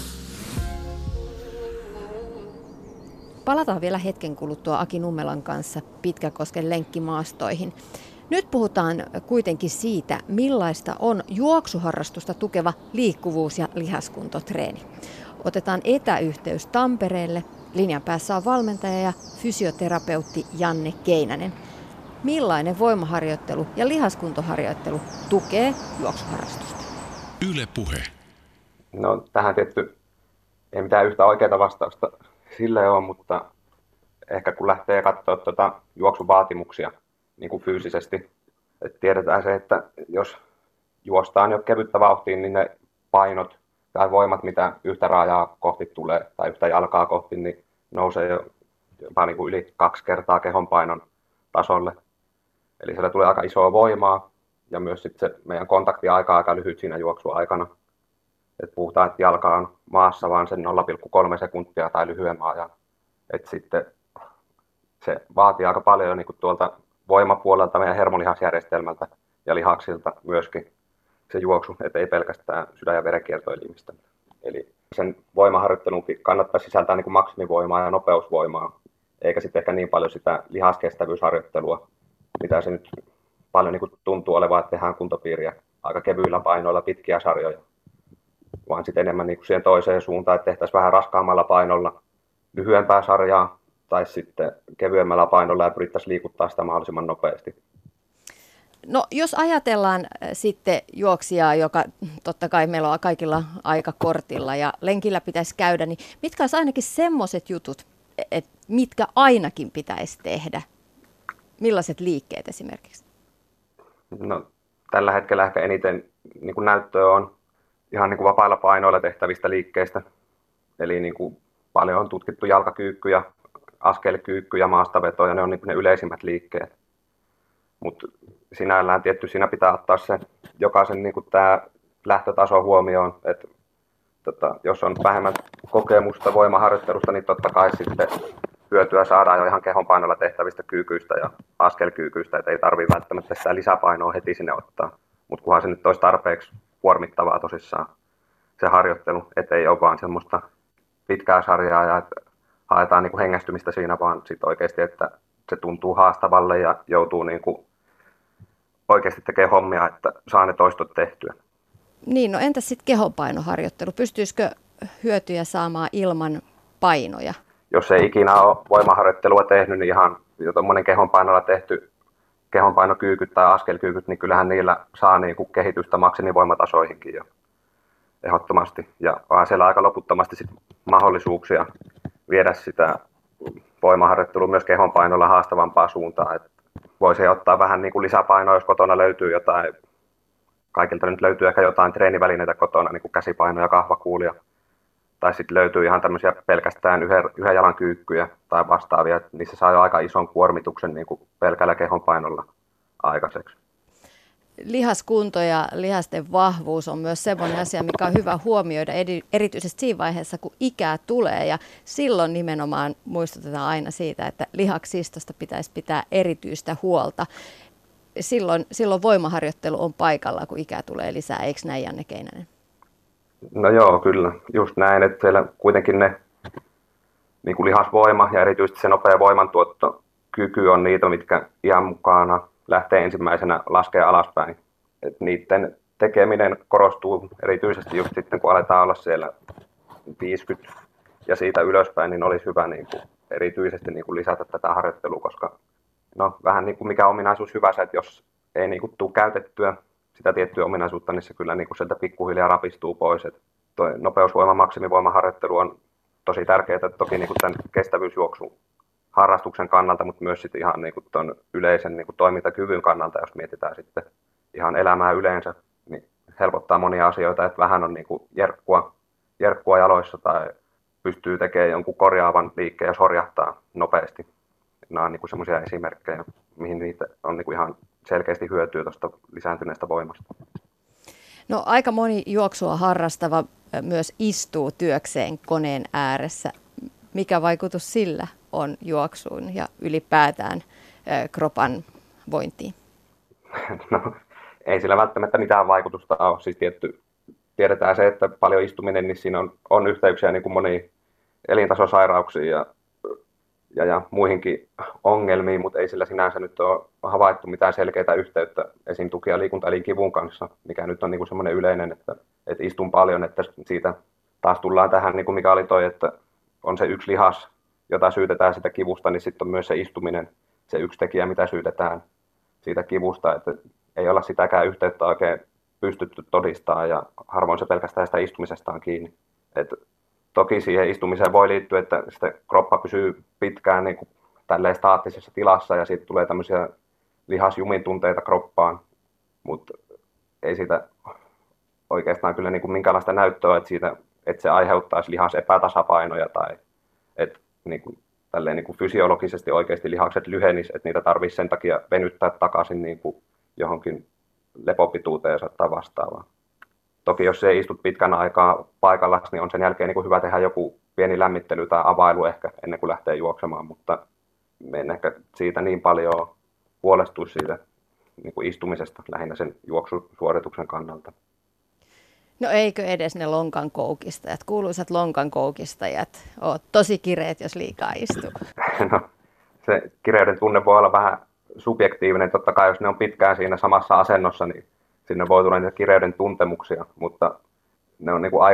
Palataan vielä hetken kuluttua Aki Nummelan kanssa Pitkäkosken lenkkimaastoihin. Nyt puhutaan kuitenkin siitä, millaista on juoksuharrastusta tukeva liikkuvuus- ja lihaskuntotreeni. Otetaan etäyhteys Tampereelle. Linjan päässä on valmentaja ja fysioterapeutti Janne Keinänen. Millainen voimaharjoittelu ja lihaskuntoharjoittelu tukee juoksuharrastusta? Yle Puhe. No tähän tietty ei mitään yhtä oikeaa vastausta sille ole, mutta ehkä kun lähtee katsoa juoksuvaatimuksia niin kuin fyysisesti, että tiedetään se, että jos juostaan jo kevyttä vauhtiin, niin ne painot tai voimat, mitä yhtä raajaa kohti tulee tai yhtä jalkaa kohti, niin nousee jopa niin kuin yli 2 kertaa kehonpainon tasolle. Eli siellä tulee aika isoa voimaa ja myös sitten se meidän kontaktiaika aika lyhyt siinä juoksuaikana. Et puhutaan, että jalka on maassa vaan sen 0,3 sekuntia tai lyhyemmän ajan. Et sitten se vaatii aika paljon niin kuin tuolta voimapuolelta meidän hermolihasjärjestelmältä ja lihaksilta myöskin se juoksu, että ei pelkästään sydän- ja verenkiertoelimistä. Eli sen voimaharjoittelunkin kannattaa sisältää niin kuin maksimivoimaa ja nopeusvoimaa, eikä sitten ehkä niin paljon sitä lihaskestävyysharjoittelua, mitä se nyt paljon niin kuin tuntuu olevan, että tehdään kuntopiiriä aika kevyillä painoilla pitkiä sarjoja, vaan sitten enemmän niin kuin siihen toiseen suuntaan, että tehtäisiin vähän raskaammalla painolla lyhyempää sarjaa tai sitten kevyemmällä painolla ja pyrittäisiin liikuttaa sitä mahdollisimman nopeasti. No jos ajatellaan sitten juoksijaa, joka totta kai meillä on kaikilla aika kortilla ja lenkillä pitäisi käydä, niin mitkä olisi ainakin semmoiset jutut, että mitkä ainakin pitäisi tehdä? Millaiset liikkeet esimerkiksi? No, tällä hetkellä ehkä eniten niin kuin näyttöä on ihan niin kuin vapailla painoilla tehtävistä liikkeistä. Eli niin kuin paljon on tutkittu jalkakyykkyjä, askelkyykkyjä, maastavetoja, ne on niin kuin ne yleisimmät liikkeet. Mutta sinällään tietty siinä pitää ottaa se jokaisen niin kuin tämä lähtötaso huomioon, että jos on vähemmän kokemusta voimaharjoittelusta, niin totta kai sitten hyötyä saadaan jo ihan kehonpainolla tehtävistä kyykyistä ja askelkyykyistä, että ei tarvitse välttämättä sitä lisäpainoa heti sinne ottaa. Mutta kunhan se nyt olisi tarpeeksi kuormittavaa tosissaan se harjoittelu, ettei ole vaan semmoista pitkää sarjaa ja että haetaan niin kuin hengästymistä siinä, vaan sitten oikeasti, että se tuntuu haastavalle ja joutuu niin kuin oikeasti tekemään hommia, että saa ne toistot tehtyä. Niin, no entäs sitten kehonpainoharjoittelu? Pystyisikö hyötyjä saamaan ilman painoja? Jos ei ikinä ole voimaharjoittelua tehnyt, niin ihan jo tuommoinen kehonpainolla tehty kehonpainokyykyt tai askelkyykyt, niin kyllähän niillä saa niin kuin kehitystä maksimivoimatasoihinkin jo ehdottomasti. Ja vaan siellä aika loputtomasti sit mahdollisuuksia viedä sitä voimaharjoittelua myös kehonpainolla haastavampaa suuntaan. Et voisi ottaa vähän niin kuin lisäpainoa, jos kotona löytyy jotain. Kaikilta nyt löytyy ehkä jotain treenivälineitä kotona, niin kuin käsipainoja, kahvakuulia. Tai sitten löytyy ihan tämmöisiä pelkästään yhden jalan kyykkyjä tai vastaavia. Niissä saa jo aika ison kuormituksen niin kuin pelkällä kehonpainolla aikaiseksi. Lihaskunto ja lihasten vahvuus on myös sellainen asia, mikä on hyvä huomioida erityisesti siinä vaiheessa, kun ikää tulee. Ja silloin nimenomaan muistutetaan aina siitä, että lihaksistosta pitäisi pitää erityistä huolta. silloin voimaharjoittelu on paikalla, kun ikää tulee lisää, eikö näin, Janne Keinänen? No joo, kyllä. Just näin, että siellä kuitenkin ne niin kuin lihasvoima ja erityisesti se nopea voimantuottokyky on niitä, mitkä iän mukana lähtee ensimmäisenä laskea alaspäin. Et niiden tekeminen korostuu erityisesti just sitten, kun aletaan olla siellä 50 ja siitä ylöspäin, niin olisi hyvä niin kuin erityisesti niin kuin lisätä tätä harjoittelua, koska no, vähän niin kuin mikä ominaisuus hyvänsä, että jos ei niin kuin tule käytettyä sitä tiettyä ominaisuutta, niin se kyllä niin kuin sieltä pikkuhiljaa rapistuu pois. Et toi nopeusvoima, maksimivoimaharjoittelu on tosi tärkeää toki niin kuin tämän kestävyysjuoksun harrastuksen kannalta, mutta myös sitten ihan niin kuin ton yleisen niin kuin toimintakyvyn kannalta, jos mietitään sitten ihan elämää yleensä, niin helpottaa monia asioita, että vähän on niin kuin jerkkua jaloissa tai pystyy tekemään jonkun korjaavan liikkeen, jos horjahtaa nopeasti. Nämä on niin semmoisia esimerkkejä, mihin niitä on niin kuin ihan selkeästi hyötyä tuosta lisääntyneestä voimasta. No aika moni juoksua harrastava myös istuu työkseen koneen ääressä. Mikä vaikutus sillä on juoksuun ja ylipäätään kropan vointiin? No, ei sillä välttämättä mitään vaikutusta ole. Siis tiedetään se, että paljon istuminen, niin siinä on yhteyksiä niin kuin moniin elintasosairauksiin ja muihinkin ongelmiin, mutta ei sillä sinänsä nyt ole havaittu mitään selkeää yhteyttä esim. Tuki- ja liikuntaelinkivun kanssa, mikä nyt on niin kuin semmoinen yleinen, että istun paljon, että siitä taas tullaan tähän, niin kuin mikä oli toi, että on se yksi lihas, jota syytetään sitä kivusta, niin sitten on myös se istuminen, se yksi tekijä, mitä syytetään siitä kivusta, että ei olla sitäkään yhteyttä oikein pystytty todistamaan ja harvoin se pelkästään sitä istumisesta on kiinni. Et toki siihen istumiseen voi liittyä, että sitten kroppa pysyy pitkään niin kuin tälleen staattisessa tilassa ja sitten tulee tämmöisiä lihasjumintunteita kroppaan, mutta ei siitä oikeastaan kyllä niin kuin minkäänlaista näyttöä, että se aiheuttaisi lihasepätasapainoja tai että niin kuin, tälleen niin kuin fysiologisesti oikeasti lihakset lyhenisivät, että niitä tarvitsisi sen takia venyttää takaisin niin kuin johonkin lepopituuteensa tai vastaavaan. Toki jos ei istut pitkän aikaa paikalla, niin on sen jälkeen niin kuin hyvä tehdä joku pieni lämmittely tai availu ehkä ennen kuin lähtee juoksemaan, mutta me en ehkä siitä niin paljon huolestuisi siitä niin kuin istumisesta lähinnä sen juoksusuorituksen kannalta. No eikö edes ne lonkankoukistajat, kuuluisat lonkankoukistajat, ole tosi kireet, jos liikaa istuu? No, se kireyden tunne voi olla vähän subjektiivinen. Totta kai jos ne on pitkään siinä samassa asennossa, niin sinne voi tulla niitä kireyden tuntemuksia, mutta ne on niin kuin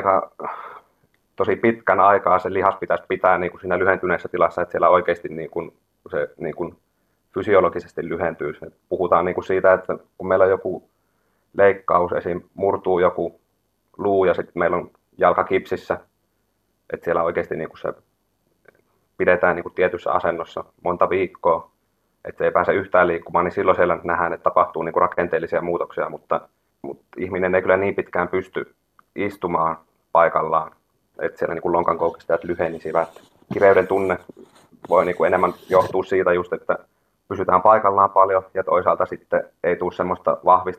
tosi pitkän aikaa se lihas pitäisi pitää niin kuin siinä lyhentyneessä tilassa, että siellä oikeasti niin kuin se niin kuin fysiologisesti lyhentyy. Puhutaan niin kuin siitä, että kun meillä on joku leikkaus, esim. Murtuu joku luu ja sitten meillä on jalka kipsissä, että siellä oikeasti niin kuin se pidetään niin kuin tietyssä asennossa monta viikkoa, että ei pääse yhtään liikkumaan, niin silloin siellä nähdään, että tapahtuu niin kuin rakenteellisia muutoksia, mutta ihminen ei kyllä niin pitkään pysty istumaan paikallaan, että siellä niin kuin lonkankoukistajat lyhenisivät. Kireyden tunne voi niin kuin enemmän johtua siitä just, että pysytään paikallaan paljon ja toisaalta sitten ei tule semmoista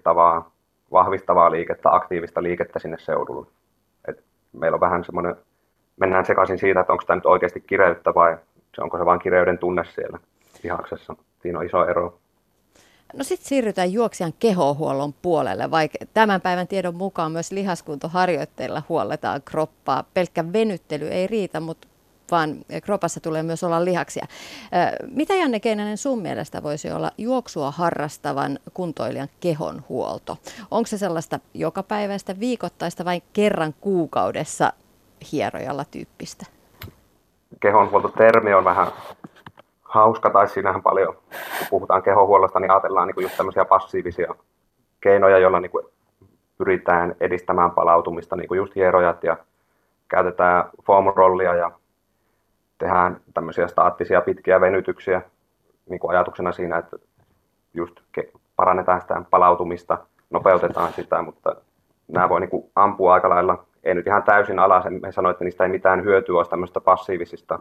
vahvistavaa liikettä, aktiivista liikettä sinne seudulle. Et meillä on vähän semmoinen, mennään sekaisin siitä, että onko tämä nyt oikeasti kireyttä vai onko se vain kireyden tunne siellä lihaksessa. Siinä on iso ero. No sitten siirrytään juoksijan kehohuollon puolelle, vaikka tämän päivän tiedon mukaan myös lihaskuntoharjoitteilla huolletaan kroppaa. Pelkkä venyttely ei riitä, mutta vaan kropassa tulee myös olla lihaksia. Mitä Janne Keinänen sun mielestä voisi olla juoksua harrastavan kuntoilijan kehonhuolto? Onko se sellaista jokapäiväistä, viikoittaista vai kerran kuukaudessa hierojalla tyyppistä? Kehonhuoltotermi on vähän hauska, tai siinähän paljon, kun puhutaan kehonhuollosta, niin ajatellaan niin kuin just tämmöisiä passiivisia keinoja, joilla niin kuin pyritään edistämään palautumista, niin kuin just hierojat ja käytetään foam-rollia ja tehdään tämmöisiä staattisia pitkiä venytyksiä niin kuin ajatuksena siinä, että just parannetaan sitä palautumista, nopeutetaan sitä, mutta nämä voi niin kuin ampua aika lailla, ei nyt ihan täysin alas, en sano, että niistä ei mitään hyötyä olisi tämmöistä passiivisista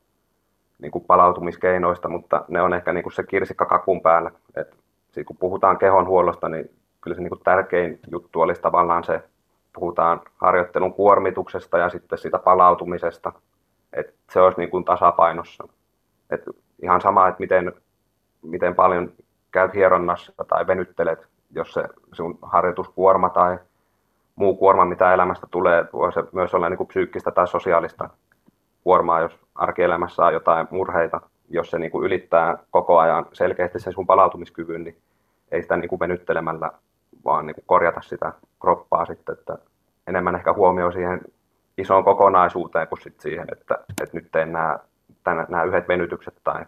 niin kuin palautumiskeinoista, mutta ne on ehkä niin kuin se kirsikka kakun päällä. Et kun puhutaan kehonhuollosta, niin kyllä se niin kuin tärkein juttu olisi tavallaan se, puhutaan harjoittelun kuormituksesta ja sitten siitä palautumisesta, että se olisi niin kuin tasapainossa. Et ihan sama, että miten paljon käyt hieronnassa tai venyttelet, jos se sun harjoituskuorma tai muu kuorma, mitä elämästä tulee, voi se myös olla niin kuin psyykkistä tai sosiaalista kuormaa, jos arkielämässä on jotain murheita, jos se niin kuin ylittää koko ajan selkeästi sen sun palautumiskyvyn, niin ei sitä niin kuin venyttelemällä vaan niin kuin korjata sitä kroppaa sitten, että enemmän ehkä huomio siihen isoon kokonaisuuteen kuin sit siihen, että nyt teen nämä yhdet venytykset tai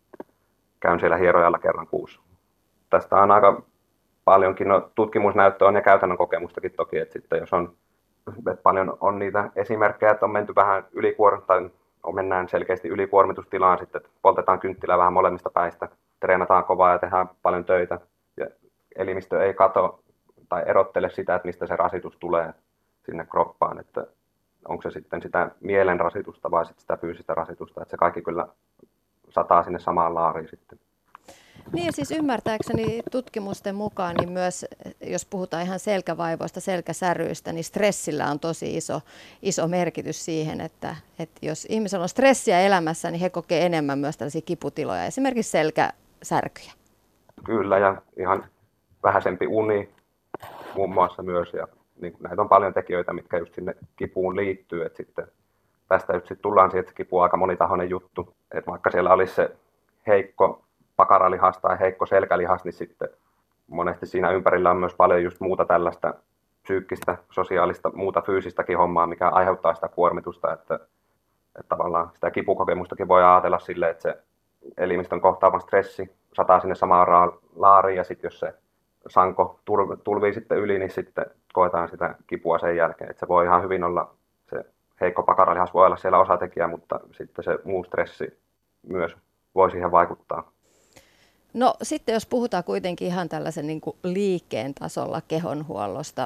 käyn siellä hierojalla kerran kuussa. Tästä on aika paljonkin tutkimusnäyttöä on ja käytännön kokemustakin toki, että sitten jos on, että paljon on niitä esimerkkejä, että on menty vähän tai mennään selkeästi ylikuormitustilaan sitten, että poltetaan kynttilää vähän molemmista päistä, treenataan kovaa ja tehdään paljon töitä ja elimistö ei kato tai erottele sitä, että mistä se rasitus tulee sinne kroppaan, että onko se sitten sitä mielen rasitusta vai sitten sitä fyysistä rasitusta, että se kaikki kyllä sataa sinne samaan laariin sitten. Niin ja siis ymmärtääkseni tutkimusten mukaan, niin myös jos puhutaan ihan selkävaivoista, selkäsäryistä, niin stressillä on tosi iso merkitys siihen, että jos ihmisellä on stressiä elämässä, niin he kokee enemmän myös tällaisia kiputiloja, esimerkiksi selkäsärkyjä. Kyllä ja ihan vähäisempi uni muun muassa myös ja niin näitä on paljon tekijöitä, mitkä just sinne kipuun liittyy, että sitten tästä just tullaan siihen, että se kipu on aika monitahoinen juttu, että vaikka siellä olisi se heikko pakaralihas tai heikko selkälihas, niin sitten monesti siinä ympärillä on myös paljon just muuta tällaista psyykkistä, sosiaalista, muuta fyysistäkin hommaa, mikä aiheuttaa sitä kuormitusta, että tavallaan sitä kipukokemustakin voi ajatella silleen, että se elimistön kohtaava stressi sataa sinne samaan laariin ja sitten jos se sanko tulvii sitten yli, niin sitten koetaan sitä kipua sen jälkeen, että se voi ihan hyvin olla, se heikko pakaralihas voi olla siellä osatekijä, mutta sitten se muu stressi myös voi siihen vaikuttaa. No sitten jos puhutaan kuitenkin ihan tällaisen niin kuin liikkeen tasolla kehonhuollosta,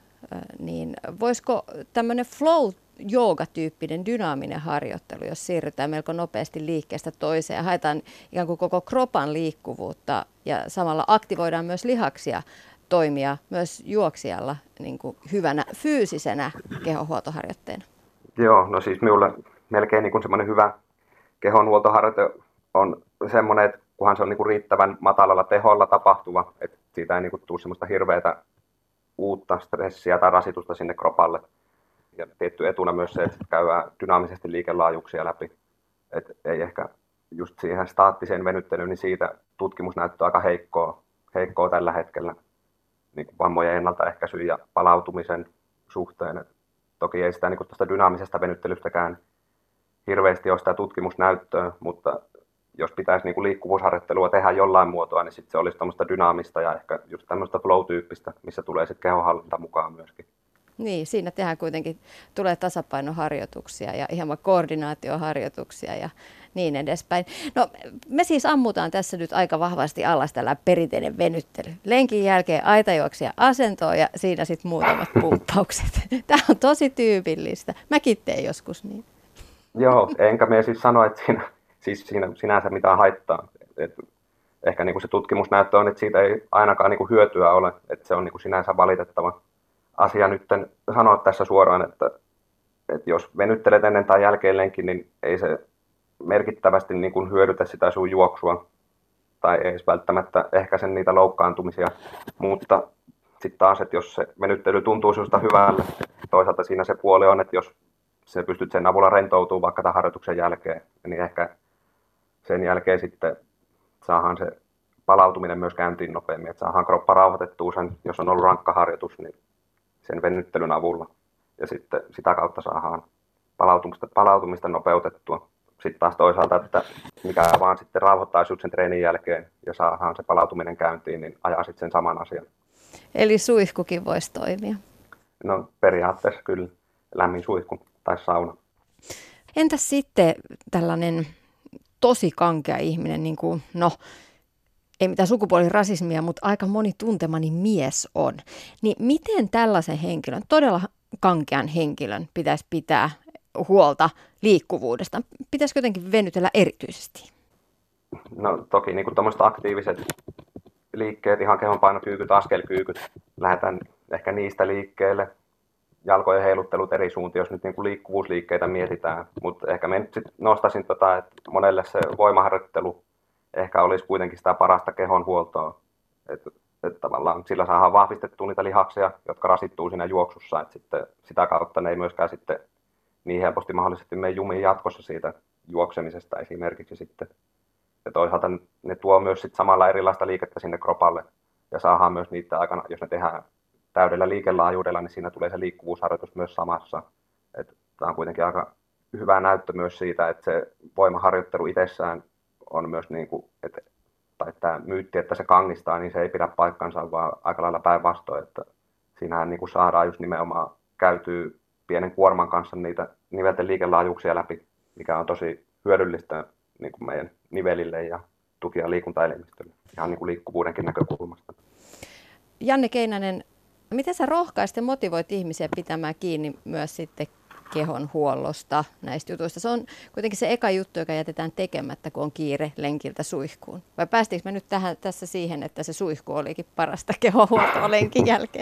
niin voisiko tämmöinen flow-jooga-tyyppinen dynaaminen harjoittelu, jos siirrytään melko nopeasti liikkeestä toiseen ja haetaan ikään kuin koko kropan liikkuvuutta ja samalla aktivoidaan myös lihaksia toimia myös juoksijalla niin kuin hyvänä fyysisenä kehonhuoltoharjoitteena? Joo, no siis minulle melkein niin kuin semmoinen hyvä kehonhuoltoharjoite on semmoinen, että kunhan se on niin kuin riittävän matalalla teholla tapahtuva, että siitä ei niin kuin tule semmoista hirveätä uutta stressiä tai rasitusta sinne kropalle. Ja tietty etuna myös se, että käydään dynaamisesti liikelaajuuksia läpi. Et ei ehkä just siihen staattiseen venyttelyyn, niin siitä tutkimusnäyttö on aika heikkoa tällä hetkellä niin kuin vammojen ennaltaehkäisyn ja palautumisen suhteen. Et toki ei sitä niin kuin tuosta dynaamisesta venyttelystäkään hirveästi ole sitä tutkimusnäyttöä, mutta jos pitäisi niin kuin liikkuvuusharjoittelua tehdä jollain muotoa, niin sitten se olisi tämmöistä dynaamista ja ehkä just tämmöistä flow-tyyppistä, missä tulee sitten kehonhallinta mukaan myöskin. Niin, siinä tehdään kuitenkin, tulee tasapainoharjoituksia ja ihan koordinaatioharjoituksia ja niin edespäin. No me siis ammutaan tässä nyt aika vahvasti alas tällä perinteinen venyttely. Lenkin jälkeen aitajuoksia asentoon ja siinä sitten muutamat pumppaukset. Tämä on tosi tyypillistä. Mäkin teen joskus niin. Joo, enkä me siis sano, että siinä sinänsä mitään haittaa. Ehkä niin kuin se tutkimusnäyttö on, että siitä ei ainakaan niin kuin hyötyä ole, että se on niin kuin sinänsä valitettava asia nyt sanoa tässä suoraan, että jos venyttelet ennen tai jälkeen lenkin, niin ei se merkittävästi niin kuin hyödytä sitä sun juoksua tai ei edes välttämättä ehkäise niitä loukkaantumisia, mutta sitten taas, että jos se venyttely tuntuu sinusta hyvälle, toisaalta siinä se puoli on, että jos se pystyt sen avulla rentoutumaan vaikka tämän harjoituksen jälkeen, niin ehkä sen jälkeen sitten saadaan se palautuminen myös käyntiin nopeammin, että saadaan kroppa rauhoitettua sen, jos on ollut rankka harjoitus, niin sen venyttelyn avulla. Ja sitten sitä kautta saadaan palautumista nopeutettua. Sitten taas toisaalta, että mikä vaan sitten rauhoittaa sen treenin jälkeen ja saadaan se palautuminen käyntiin, niin ajaa sitten sen saman asian. Eli suihkukin voisi toimia? No periaatteessa kyllä, lämmin suihku tai sauna. Entäs sitten tällainen tosi kankea ihminen, niin kuin, no ei mitään sukupuolirasismia, mutta aika moni tuntemani mies on. Niin miten tällaisen henkilön, todella kankean henkilön pitäisi pitää huolta liikkuvuudesta? Pitäisikö jotenkin venytellä erityisesti? No toki niin kuin tuommoiset aktiiviset liikkeet, ihan kehonpainokyykyt, askelkyykyt, lähdetään ehkä niistä liikkeelle. Jalkojen heiluttelut eri suuntiin, jos nyt niin kuin liikkuvuusliikkeitä mietitään. Mutta ehkä mä nyt sit nostaisin, että monelle se voimaharjoittelu ehkä olisi kuitenkin sitä parasta kehonhuoltoa. Että tavallaan sillä saadaan vahvistettua niitä lihaksia, jotka rasittuu siinä juoksussa, että sitten sitä kautta ne ei myöskään sitten niin helposti mahdollisesti mene jumiin jatkossa siitä juoksemisesta esimerkiksi sitten. Ja toisaalta ne tuo myös sitten samalla erilaista liikettä sinne kropalle ja saadaan myös niitä aikana, jos ne tehdään täydellä liikelaajuudella, niin siinä tulee se liikkuvuusharjoitus myös samassa. Tämä on kuitenkin aika hyvä näyttö myös siitä, että se voimaharjoittelu itsessään on myös niin kuin, tai tämä myytti, että se kangistaa, niin se ei pidä paikkansa, vaan aika lailla päinvastoin, että siinähän niin kuin saadaan just nimenomaan käytyä pienen kuorman kanssa niitä nivelten liikelaajuuksia läpi, mikä on tosi hyödyllistä niin kuin meidän nivelille ja tuki- ja liikuntaelimistölle, ihan niin kuin liikkuvuudenkin näkökulmasta. Janne Keinänen, miten sä rohkaist ja motivoit ihmisiä pitämään kiinni myös sitten kehon huollosta näistä jutuista? Se on kuitenkin se eka juttu, joka jätetään tekemättä, kun on kiire lenkiltä suihkuun. Vai päästiinkö me nyt tässä siihen, että se suihku olikin parasta kehonhuoltoa lenkin jälkeen?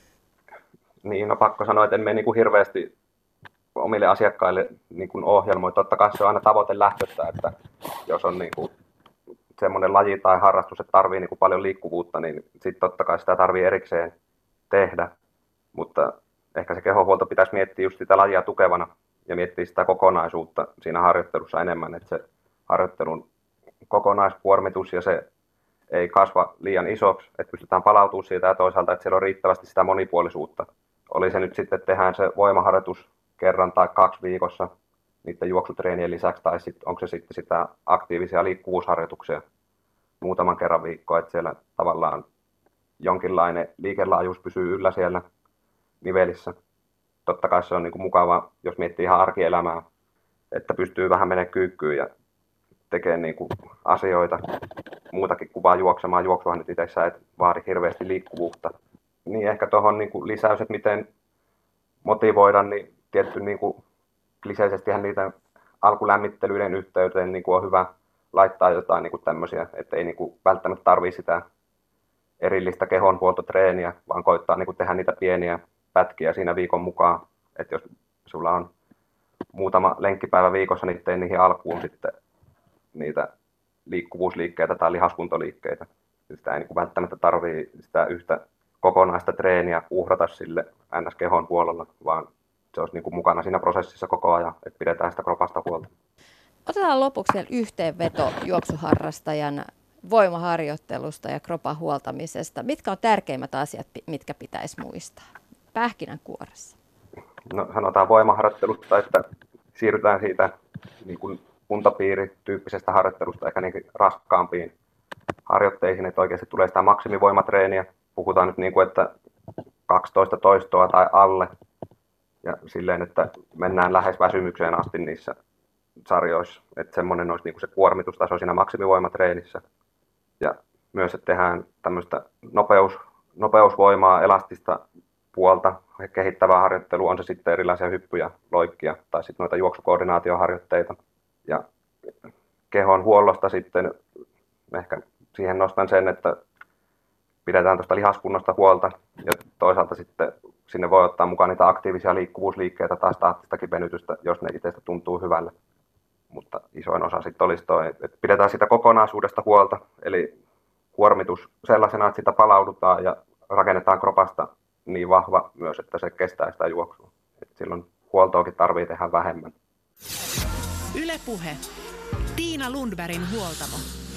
Niin, no pakko sanoa, että en mene niin kuin hirveästi omille asiakkaille niin kuin ohjelmoi. Totta kai se on aina tavoite lähtöstä, että jos on niin kuin semmoinen laji tai harrastus, että tarvii niin kuin paljon liikkuvuutta, niin sitten totta kai sitä tarvii erikseen tehdä. Mutta ehkä se kehonhuolto pitäisi miettiä just sitä lajia tukevana ja miettiä sitä kokonaisuutta siinä harjoittelussa enemmän, että se harjoittelun kokonaiskuormitus ja se ei kasva liian isoksi, että pystytään palautumaan siitä ja toisaalta, että siellä on riittävästi sitä monipuolisuutta. Oli se nyt sitten, että tehdään se voimaharjoitus kerran tai 2 viikossa niiden juoksutreenien lisäksi, tai sitten onko se sitten sitä aktiivisia liikkuvuusharjoituksia muutaman kerran viikkoa, että siellä tavallaan jonkinlainen liikelaajuus pysyy yllä siellä nivelissä. Totta kai se on niin kuin mukava, jos miettii ihan arkielämää, että pystyy vähän menemään kyykkyyn ja tekemään niin kuin asioita muutakin kuin vaan juoksemaan. Juoksuhan nyt itsessään et vaadi hirveästi liikkuvuutta. Niin ehkä tuohon niin kuin lisäys, että miten motivoida, niin tietty niin kuin kliseisestihän niitä alkulämmittelyiden yhteyteen niin kuin on hyvä laittaa jotain niin kuin tämmöisiä, että ei niin kuin välttämättä tarvitse sitä erillistä kehonhuoltotreeniä, vaan koittaa niin kuin tehdä niitä pieniä pätkiä siinä viikon mukaan. Että jos sulla on muutama lenkkipäivä viikossa, niin tee niihin alkuun sitten niitä liikkuvuusliikkeitä tai lihaskuntoliikkeitä. Sitä ei niin kuin välttämättä tarvitse sitä yhtä kokonaista treeniä uhrata sille NS-kehon puolella, vaan se olisi niin kuin mukana siinä prosessissa koko ajan, että pidetään sitä kropasta huolta. Otetaan lopuksi vielä yhteenveto juoksuharrastajan voimaharjoittelusta ja kropan huoltamisesta. Mitkä on tärkeimmät asiat, mitkä pitäisi muistaa pähkinänkuoressa? No, sanotaan voimaharjoittelusta, että siirrytään siitä niin kuin kuntopiirityyppisestä harjoittelusta ehkä niin raskaampiin harjoitteisiin, että oikeasti tulee sitä maksimivoimatreeniä. Puhutaan nyt niin kuin, että 12 toistoa tai alle ja silleen, että mennään lähes väsymykseen asti niissä sarjoissa. Että semmoinen olisi niin kuin se kuormitustaso siinä maksimivoimatreenissä. Ja myös, että tehdään tämmöistä nopeusvoimaa, elastista puolta kehittävää harjoittelua, on se sitten erilaisia hyppyjä, loikkia tai sitten noita juoksukoordinaatioharjoitteita. Ja kehon huollosta sitten ehkä siihen nostan sen, että pidetään tuosta lihaskunnosta huolta ja toisaalta sitten sinne voi ottaa mukaan niitä aktiivisia liikkuvuusliikkeitä tai staattistakin venytystä, jos ne itsestä tuntuu hyvälle. Mutta isoin osa sitten olisi toi, että pidetään sitä kokonaisuudesta huolta, eli kuormitus sellaisena, että sitä palaudutaan ja rakennetaan kropasta niin vahva myös, että se kestää sitä juoksua. Et silloin huoltoakin tarvitsee tehdä vähemmän. Yle Puhe. Tiina Lundbergin huoltamo.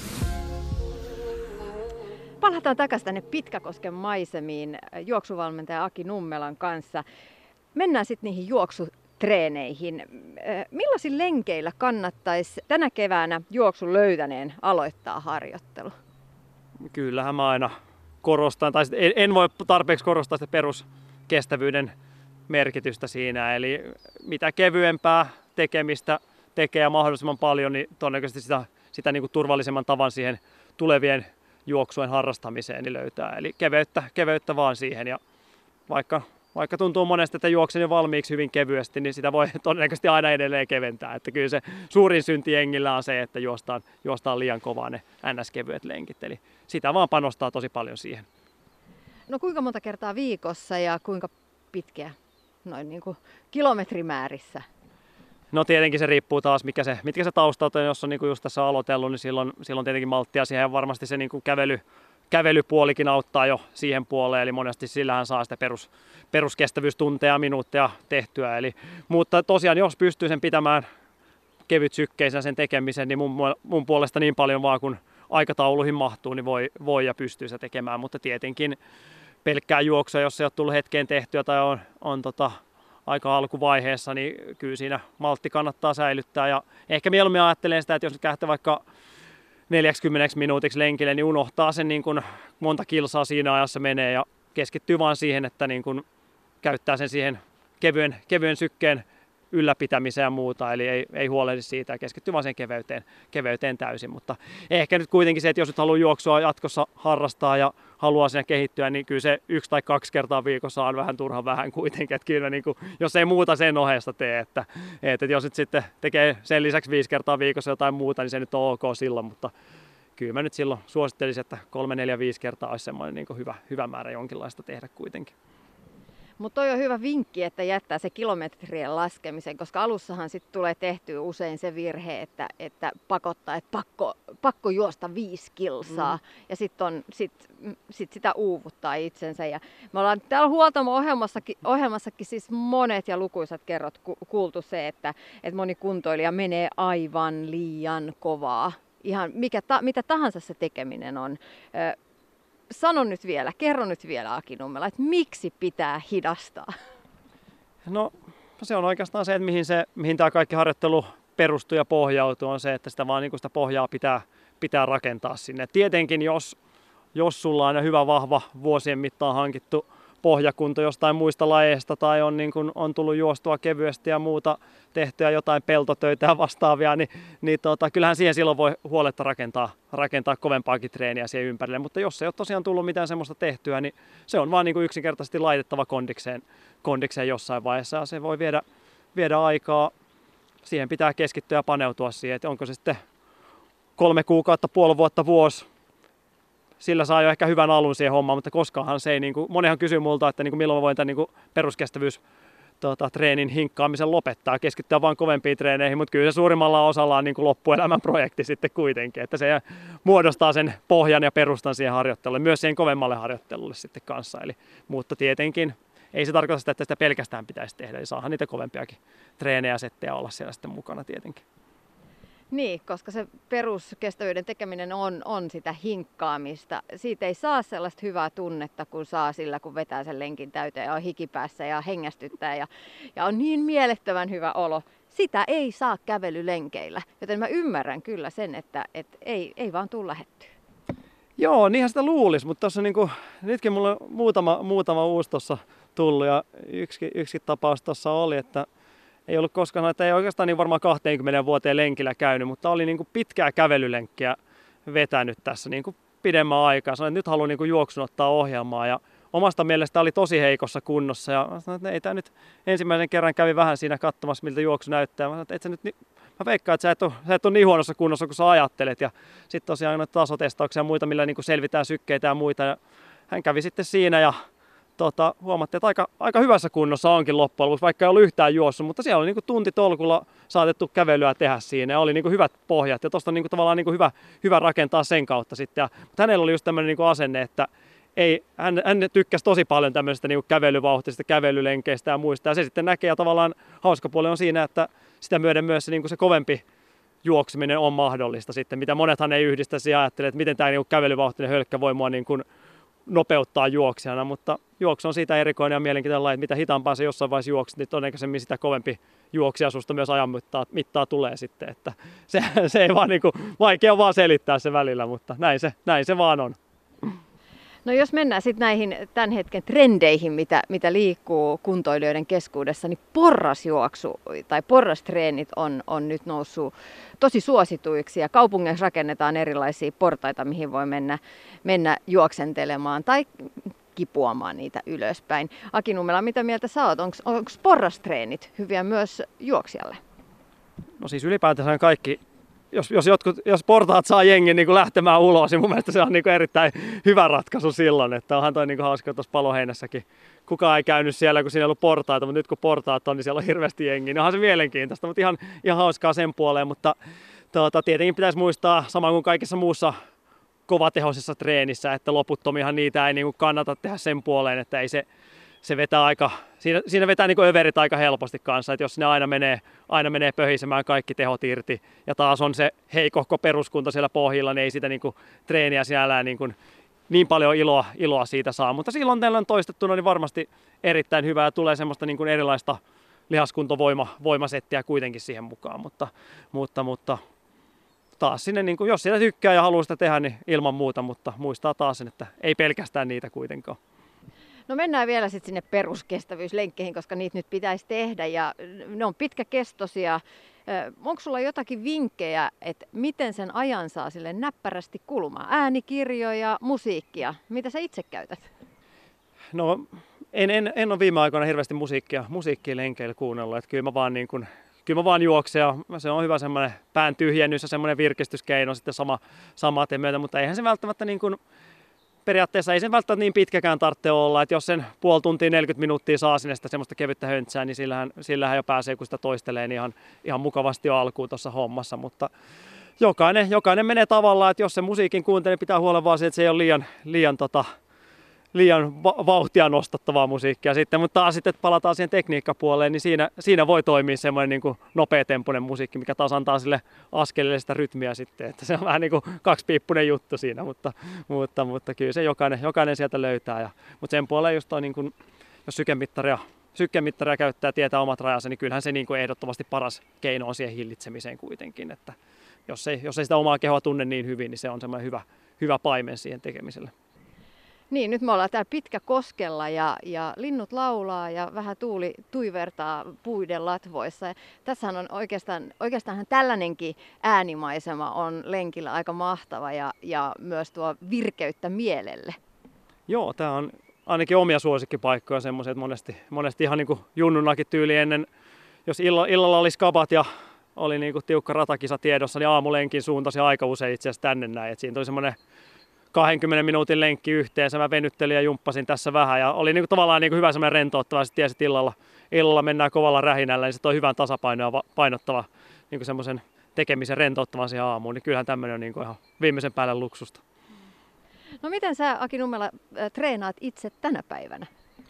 Palataan takaisin tänne Pitkäkosken maisemiin juoksuvalmentaja Aki Nummelan kanssa. Mennään sitten niihin juoksutreeneihin. Millaisin lenkeillä kannattaisi tänä keväänä juoksun löytäneen aloittaa harjoittelu? Kyllähän mä aina korostan, tai en voi tarpeeksi korostaa sitä peruskestävyyden merkitystä siinä. Eli mitä kevyempää tekemistä tekee mahdollisimman paljon, niin todennäköisesti sitä niin kuin turvallisemman tavan siihen tulevien juoksujen harrastamiseen niin löytää. Eli keveyttä vaan siihen. Ja vaikka tuntuu monesti, että juoksen jo valmiiksi hyvin kevyesti, niin sitä voi todennäköisesti aina edelleen keventää. Että kyllä se suurin synti jengillä on se, että juostaan liian kovaa ne NS-kevyet lenkit. Eli sitä vaan panostaa tosi paljon siihen. No kuinka monta kertaa viikossa ja kuinka pitkiä noin niin kuin kilometrimäärissä? No tietenkin se riippuu taas, mitkä se taustat on, jos on niin kuin just tässä aloitellut, niin silloin tietenkin malttia siihen ja varmasti se niin kuin kävelypuolikin auttaa jo siihen puoleen, eli monesti sillähän saa sitä peruskestävyystunteja ja minuutteja tehtyä. Mutta tosiaan, jos pystyy sen pitämään kevytsykkeisenä sen tekemisen, niin mun puolesta niin paljon vaan kun aikatauluihin mahtuu, niin voi ja pystyy se tekemään, mutta tietenkin pelkkää juoksua, jos se ei ole tullut hetkeen tehtyä tai on aika alkuvaiheessa, niin kyllä siinä maltti kannattaa säilyttää. Ja ehkä mieluummin ajattelen sitä, että jos nyt lähtee vaikka 40 minuutiksi lenkille, niin unohtaa sen niin kuin monta kilsaa siinä ajassa menee ja keskittyy vaan siihen, että niin kuin käyttää sen siihen kevyen sykkeen ylläpitämiseen ja muuta, eli ei huolehdi siitä ja keskittyy vaan sen keveyteen täysin. Mutta ehkä nyt kuitenkin se, että jos nyt haluaa juoksua jatkossa harrastaa ja haluaa siinä kehittyä, niin kyllä se 1 tai 2 kertaa viikossa on vähän turhan vähän kuitenkin. Että kyllä niin kuin, jos ei muuta sen ohesta tee, että jos nyt sitten tekee sen lisäksi 5 kertaa viikossa jotain muuta, niin se nyt on ok silloin, mutta kyllä mä nyt silloin suosittelisin, että 3, 4, 5 kertaa olisi semmoinen niin kuin hyvä määrä jonkinlaista tehdä kuitenkin. Mutta toi on hyvä vinkki, että jättää se kilometrien laskemisen, koska alussahan sitten tulee tehtyä usein se virhe, että pakottaa, että pakko juosta 5 kilsaa ja sitten sitä uuvuttaa itsensä. Ja me ollaan täällä Huoltamo-ohjelmassakin siis monet ja lukuisat kerrot kuultu se, että moni kuntoilija menee aivan liian kovaa. Ihan mitä tahansa se tekeminen on. Kerro nyt vielä Aki Nummela, että miksi pitää hidastaa? No se on oikeastaan se, että mihin tämä kaikki harjoittelu perustuu ja pohjautuu, on se, että sitä vaan niin kuin sitä pohjaa pitää rakentaa sinne. Tietenkin jos sulla on hyvä vahva vuosien mittaan hankittu pohjakunto jostain muista lajeista tai on tullut juostua kevyesti ja muuta tehtyä jotain peltotöitä ja vastaavia, niin kyllähän siihen silloin voi huoletta rakentaa kovempaakin treeniä siihen ympärille. Mutta jos ei ole tosiaan tullut mitään semmoista tehtyä, niin se on vaan niin kuin yksinkertaisesti laitettava kondikseen jossain vaiheessa ja se voi viedä aikaa. Siihen pitää keskittyä ja paneutua siihen, että onko se sitten 3 kuukautta, puoli vuotta, vuosi. Sillä saa jo ehkä hyvän alun siihen hommaan, mutta koskaanhan se ei, monihan kysyy multa, että milloin mä voin tämän peruskestävyystreenin hinkkaamisen lopettaa, keskittyä vain kovempiin treeneihin, mutta kyllä se suurimmalla osalla on loppuelämän projekti sitten kuitenkin, että se muodostaa sen pohjan ja perustan siihen harjoittelulle, myös siihen kovemmalle harjoittelulle sitten kanssa. Mutta tietenkin ei se tarkoita sitä, että sitä pelkästään pitäisi tehdä, eli saahan niitä kovempiakin treenejä ja settejä olla siellä sitten mukana tietenkin. Niin, koska se peruskestävyyden tekeminen on sitä hinkkaamista. Siitä ei saa sellaista hyvää tunnetta, kun saa sillä, kun vetää sen lenkin täyteen ja on hikipäässä ja hengästyttää ja on niin mielettömän hyvä olo. Sitä ei saa kävelylenkeillä, joten mä ymmärrän kyllä sen, että ei vaan tule lähettyä. Joo, niinhän sitä luulisi, mutta tuossa nytkin mulla on muutama uusi tuossa tullut ja yksi tapaus tuossa oli, että ei ollut koskaan, että ei oikeastaan niin varmaan 20 vuoteen lenkillä käynyt, mutta oli pitkää kävelylenkkiä vetänyt tässä pidemmän aikaa. Sanoin, että nyt haluan juoksun ottaa ohjelmaa ja omasta mielestä oli tosi heikossa kunnossa ja sanoin, että ei tämä nyt ensimmäisen kerran kävi vähän siinä katsomassa, miltä juoksu näyttää. Mä sanoin, että mä veikkaan, että sä et ole niin huonossa kunnossa kuin sä ajattelet ja sitten tosiaan noita tasotestauksia ja muita, millä selvitään sykkeitä ja muita ja hän kävi sitten siinä ja huomattiin, että aika hyvässä kunnossa onkin loppujen lopuksi, vaikka ei ollut yhtään juossut, mutta siellä oli tuntitolkulla saatettu kävelyä tehdä siinä ja oli hyvät pohjat ja tuosta on tavallaan hyvä rakentaa sen kautta sitten. Mutta hänellä oli just tämmöinen asenne, että hän tykkäsi tosi paljon tämmöisestä kävelyvauhtisesta kävelylenkeistä ja muista ja se sitten näkee ja tavallaan hauska puoli on siinä, että sitä myöden myös se kovempi juokseminen on mahdollista sitten, mitä monethan ei yhdistä siihen ajattele, että miten tämä kävelyvauhtinen hölkkä voi mua nopeuttaa juoksijana, mutta juoksu on siitä erikoinen ja mielenkiintoinen laji, että mitä hitaampaa se jossain vaiheessa juokset, niin todennäköisemmin sitä kovempi juoksija susta myös ajan mittaa tulee sitten, että se ei vaan vaikea vaan selittää se välillä, mutta näin se vaan on. No jos mennään sitten näihin tämän hetken trendeihin, mitä liikkuu kuntoilijoiden keskuudessa, niin porrasjuoksu tai porrastreenit on nyt noussut tosi suosituiksi ja kaupungeissa rakennetaan erilaisia portaita, mihin voi mennä juoksentelemaan tai kipuamaan niitä ylöspäin. Aki Nummela, mitä mieltä sä oot? Onko porrastreenit hyviä myös juoksijalle? No siis ylipäätään kaikki. Jos portaat saa jengin lähtemään ulos, niin mun mielestä se on erittäin hyvä ratkaisu silloin. Että onhan toi hauska tuossa Paloheinässäkin kukaan ei käynyt siellä, kun siinä ei ollut portaita, mutta nyt kun portaat on, niin siellä on hirveästi jengiä. Onhan se mielenkiintoista, mutta ihan hauskaa sen puoleen, mutta tietenkin pitäisi muistaa, sama kuin kaikessa muussa kovatehoisessa treenissä, että loputtomihan niitä ei niin kuin kannata tehdä sen puoleen, että ei se vetää siinä vetää niin kuin överit aika helposti kanssa, että jos ne aina menee pöhisemään kaikki tehot irti ja taas on se heikohko peruskunta siellä pohjilla, niin ei sitä niin kuin treeniä siellä niin paljon iloa siitä saa, mutta silloin tällöin toistettuna niin varmasti erittäin hyvää ja tulee semmoista niin kuin erilaista lihaskuntovoimasettiä kuitenkin siihen mukaan, mutta taas sinne, niin kuin, jos sitä tykkää ja haluaa sitä tehdä, niin ilman muuta, mutta muistaa taas sen, että ei pelkästään niitä kuitenkaan. No mennään vielä sitten sinne peruskestävyyslenkkeihin, koska niitä nyt pitäisi tehdä ja ne on pitkäkestoisia. Onko sulla jotakin vinkkejä, että miten sen ajan saa sille näppärästi kulumaan? Äänikirjoja, musiikkia, mitä sä itse käytät? No en ole viime aikoina hirveästi musiikkia lenkeillä kuunnellut, että kyllä mä vaan juoksen ja se on hyvä semmoinen pään tyhjennys ja semmoinen virkistyskeino sitten samaten myötä, mutta eihän se välttämättä periaatteessa ei sen välttämättä niin pitkäkään tarvitse olla, että jos sen puoli tuntia 40 minuuttia saa sinne sitä semmoista kevyttä höntsää, niin sillähän jo pääsee, kun sitä toistelee, niin ihan mukavasti jo alkuun tuossa hommassa, mutta jokainen menee tavallaan, että jos se musiikin kuuntelee, niin pitää huolen vaan siitä, että se ei ole liian vauhtia nostattavaa musiikkia sitten, mutta taas sitten, että palataan siihen tekniikkapuoleen, niin siinä voi toimia semmoinen niin kuin nopeatempoinen musiikki, mikä taas antaa sille askelille sitä rytmiä sitten, että se on vähän niin kuin kaksipiippunen juttu siinä, mutta kyllä se jokainen sieltä löytää, mutta sen puoleen just on niin kuin, jos sykemittaria käyttää ja tietää omat rajansa, niin kyllähän se niin kuin ehdottomasti paras keino on siihen hillitsemiseen kuitenkin, että jos ei sitä omaa kehoa tunne niin hyvin, niin se on semmoinen hyvä paimen siihen tekemiselle. Niin, nyt me ollaan täällä Pitkäkoskella ja linnut laulaa ja vähän tuuli tuivertaa puiden latvoissa. Ja tässähän on oikeastaan tällainenkin äänimaisema on lenkillä aika mahtava ja myös tuo virkeyttä mielelle. Joo, tää on ainakin omia suosikkipaikkoja semmoisia, että monesti ihan niin kuin junnunakin tyyli ennen, jos illalla oli skabat ja oli niin kuin tiukka ratakisa tiedossa, niin aamulenkin suuntasi aika usein itse asiassa tänne näin. Et siinä tuli semmoinen 20 minuutin lenkki yhteensä, mä venyttelin ja jumppasin tässä vähän ja oli niinku tavallaan niinku hyvä semmoinen rentouttava, sitten tiesit illalla mennään kovalla rähinällä, niin se toi hyvän tasapainoa painottava niinku semmoisen tekemisen rentouttavan siihen aamuun, niin kyllähän tämmöinen on niinku ihan viimeisen päälle luksusta. No miten sä, Aki Nummela, treenaat itse tänä päivänä?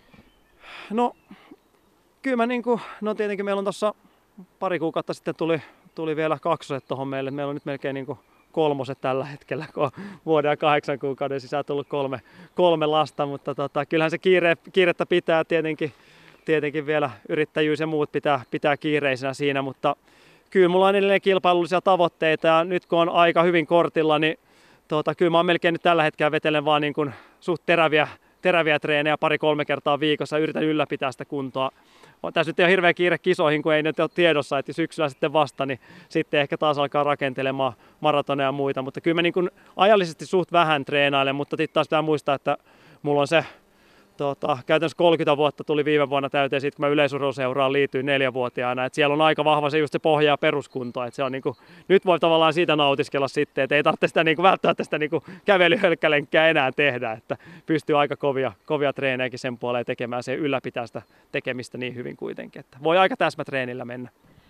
No kyllä mä tietenkin meillä on tuossa pari kuukautta sitten tuli vielä kaksoset tuohon meille, meillä on nyt melkein niinku 3 tällä hetkellä, kun on vuoden ja 8 kuukauden sisään tullut kolme lasta, mutta kyllähän se kiirettä pitää tietenkin vielä yrittäjyys ja muut pitää kiireisenä siinä, mutta kyllä mulla on edelleen kilpailullisia tavoitteita ja nyt kun on aika hyvin kortilla, niin kyllä mä oon melkein nyt tällä hetkellä vetelen vaan niin kuin suht teräviä treenejä 2-3 kertaa viikossa ja yritän ylläpitää sitä kuntoa. Tässä nyt ei ole hirveä kiire kisoihin, kun ei nyt ole tiedossa, että syksyllä sitten vasta, niin sitten ehkä taas alkaa rakentelemaan maratoneja ja muita. Mutta kyllä mä niin kuin ajallisesti suht vähän treenailen, mutta sitten taas pitää muistaa, että mulla on se käytännössä 30 vuotta tuli viime vuonna täyteen siitä, kun mä yleisurheiluseuraan liityin 4-vuotiaana. Että siellä on aika vahva se just se pohja ja peruskunto. Että se on niin kuin, nyt voi tavallaan siitä nautiskella sitten, että ei tarvitse sitä niin kuin välttämättä sitä niin kuin kävelyhölkkälenkkiä enää tehdä. Että pystyy aika kovia treenejäkin sen puoleen tekemään, se ylläpitää sitä tekemistä niin hyvin kuitenkin. Että voi aika täsmätreenillä mennä.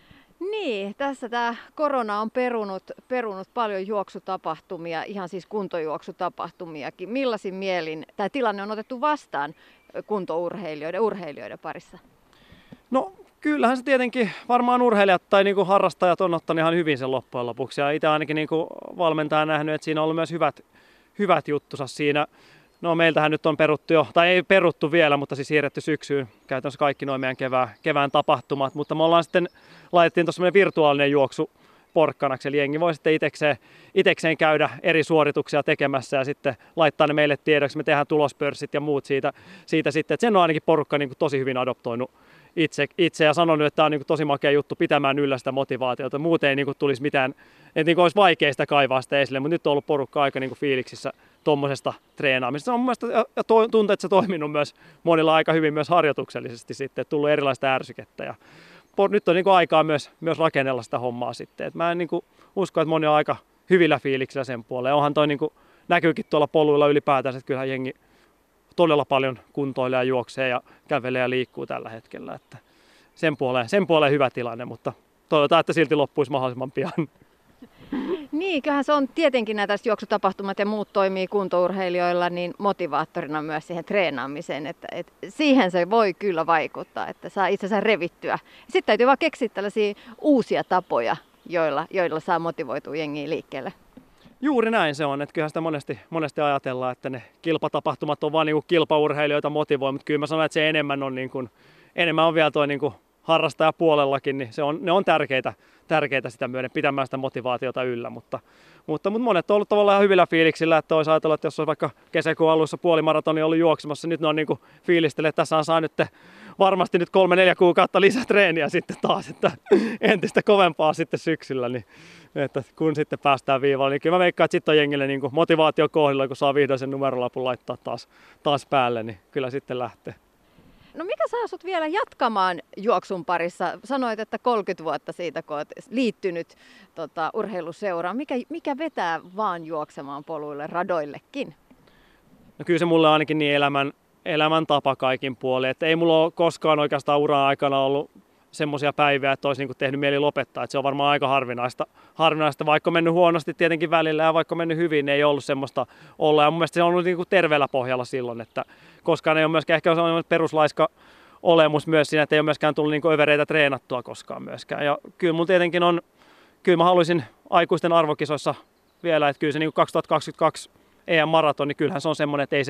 Niin, tässä tämä korona on perunut paljon juoksutapahtumia, ihan siis kuntojuoksutapahtumiakin. Millaisin mielin tämä tilanne on otettu vastaan urheilijoiden parissa? No kyllähän se tietenkin varmaan urheilijat tai niinku harrastajat on ottanut ihan hyvin sen loppujen lopuksi. Ja itse ainakin niinku valmentaja nähnyt, että siinä on ollut myös hyvät juttusa siinä. No meiltähän nyt on peruttu jo, tai ei peruttu vielä, mutta siis siirretty syksyyn käytännössä kaikki nuo meidän kevään tapahtumat. Mutta me ollaan sitten, laitettiin tuossa virtuaalinen juoksu porkkanaksi, eli jengi voi sitten itekseen käydä eri suorituksia tekemässä ja sitten laittaa ne meille tiedoksi. Me tehdään tulospörssit ja muut siitä sitten, että sen on ainakin porukka niin kuin tosi hyvin adoptoinut itse ja sanonut, että tämä on niin kuin tosi makea juttu pitämään yllä sitä motivaatiota. Muuten ei niin kuin tulisi mitään, että niin kuin olisi vaikea sitä kaivaa sitä esille, mutta nyt on ollut porukka aika niin kuin fiiliksissä tuommoisesta treenaamisesta. Se on mun mielestä, ja tuntuu, että se toiminut myös monilla aika hyvin myös harjoituksellisesti sitten, että tullut erilaista ärsykettä. Ja nyt on niin kuin aikaa myös rakennella sitä hommaa sitten. Et mä en niin kuin usko, että moni on aika hyvillä fiiliksillä sen puoleen. Onhan toi niin kuin näkyykin tuolla poluilla ylipäätään, että kyllähän jengi todella paljon kuntoilee ja juoksee ja kävelee ja liikkuu tällä hetkellä. Että sen puoleen hyvä tilanne, mutta toivotaan, että silti loppuisi mahdollisimman pian. Niin, kyllähän se on tietenkin nämä juoksutapahtumat ja muut toimii kuntourheilijoilla niin motivaattorina myös siihen treenaamiseen, että siihen se voi kyllä vaikuttaa, että saa itsensä revittyä. Sitten täytyy vaan keksiä tällaisia uusia tapoja, joilla saa motivoitua jengiä liikkeelle. Juuri näin se on, että kyllähän sitä monesti ajatellaan, että ne kilpatapahtumat on vain niin kilpaurheilijoita motivoi, mutta kyllä mä sanon, että se enemmän on vielä tuo niin harrastajapuolellakin, niin ne on tärkeitä sitä myöden pitämään sitä motivaatiota yllä, mutta monet on ollut tavallaan ihan hyvillä fiiliksillä, että olisi ajatellut, että jos olisi vaikka kesäkuun alussa puolimaratoni ollut juoksemassa, nyt ne on niin fiilistelleet, että tässä saa nyt varmasti nyt 3-4 kuukautta lisätreeniä sitten taas, että entistä kovempaa sitten syksyllä, niin että kun sitten päästään viivalle, niin kyllä mä veikkaan, että sitten on jengille niin motivaatio kohdilla, kun saa vihdoin sen numerolapun laittaa taas päälle, niin kyllä sitten lähtee. No mikä saa sut vielä jatkamaan juoksun parissa? Sanoit, että 30 vuotta siitä, kun olet liittynyt urheiluseuraan. Mikä vetää vaan juoksemaan poluille, radoillekin? No kyllä se mulle ainakin niin elämäntapa kaikin puolin. Että ei mulla ole koskaan oikeastaan uran aikana ollut semmoisia päiviä, että olisi niinku tehnyt mieli lopettaa. Että se on varmaan aika harvinaista, vaikka on mennyt huonosti tietenkin välillä ja vaikka on mennyt hyvin, niin ei ollut semmoista olla. Ja mun mielestä se on ollut niinku terveellä pohjalla silloin, että koskaan ei ole myöskään ehkä peruslaiska olemus myös siinä, että ei ole myöskään tullut niinku övereitä treenattua koskaan myöskään. Ja kyllä mulla tietenkin kyllä mä haluaisin aikuisten arvokisoissa vielä, että kyllä se niinku 2022 EM-maraton, niin kyllähän se on semmoinen, että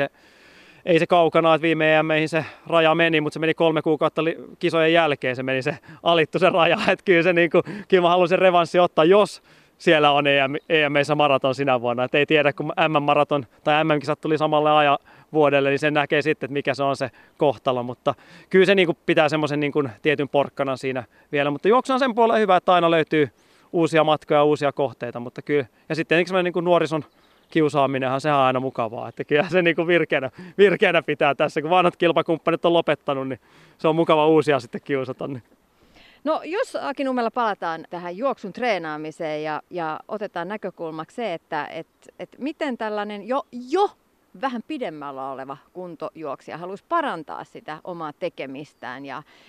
ei se kaukana, että viime EM-meihin se raja meni, mutta se meni 3 kuukautta kisojen jälkeen, se meni se alittu se raja. Että kyllä mä haluan sen revanssi ottaa, jos siellä on EM-meissä maraton sinä vuonna. Et ei tiedä, kun M-maraton tai MM-kisat tuli samalle ajan vuodelle, niin sen näkee sitten, että mikä se on se kohtalo. Mutta kyllä se pitää semmoisen tietyn porkkanan siinä vielä. Mutta juoksu on sen puolella hyvä, että aina löytyy uusia matkoja ja uusia kohteita. Mutta kyllä, ja sitten semmoinen nuorison kiusaaminenhan, sehän on aina mukavaa, että kyllä se virkeänä pitää tässä, kun vanhat kilpakumppanit on lopettanut, niin se on mukava uusia sitten kiusata. Niin. No jos Aki Nummela palataan tähän juoksun treenaamiseen ja otetaan näkökulmaksi se, että miten tällainen jo vähän pidemmällä oleva kuntojuoksija haluaisi parantaa sitä omaa tekemistään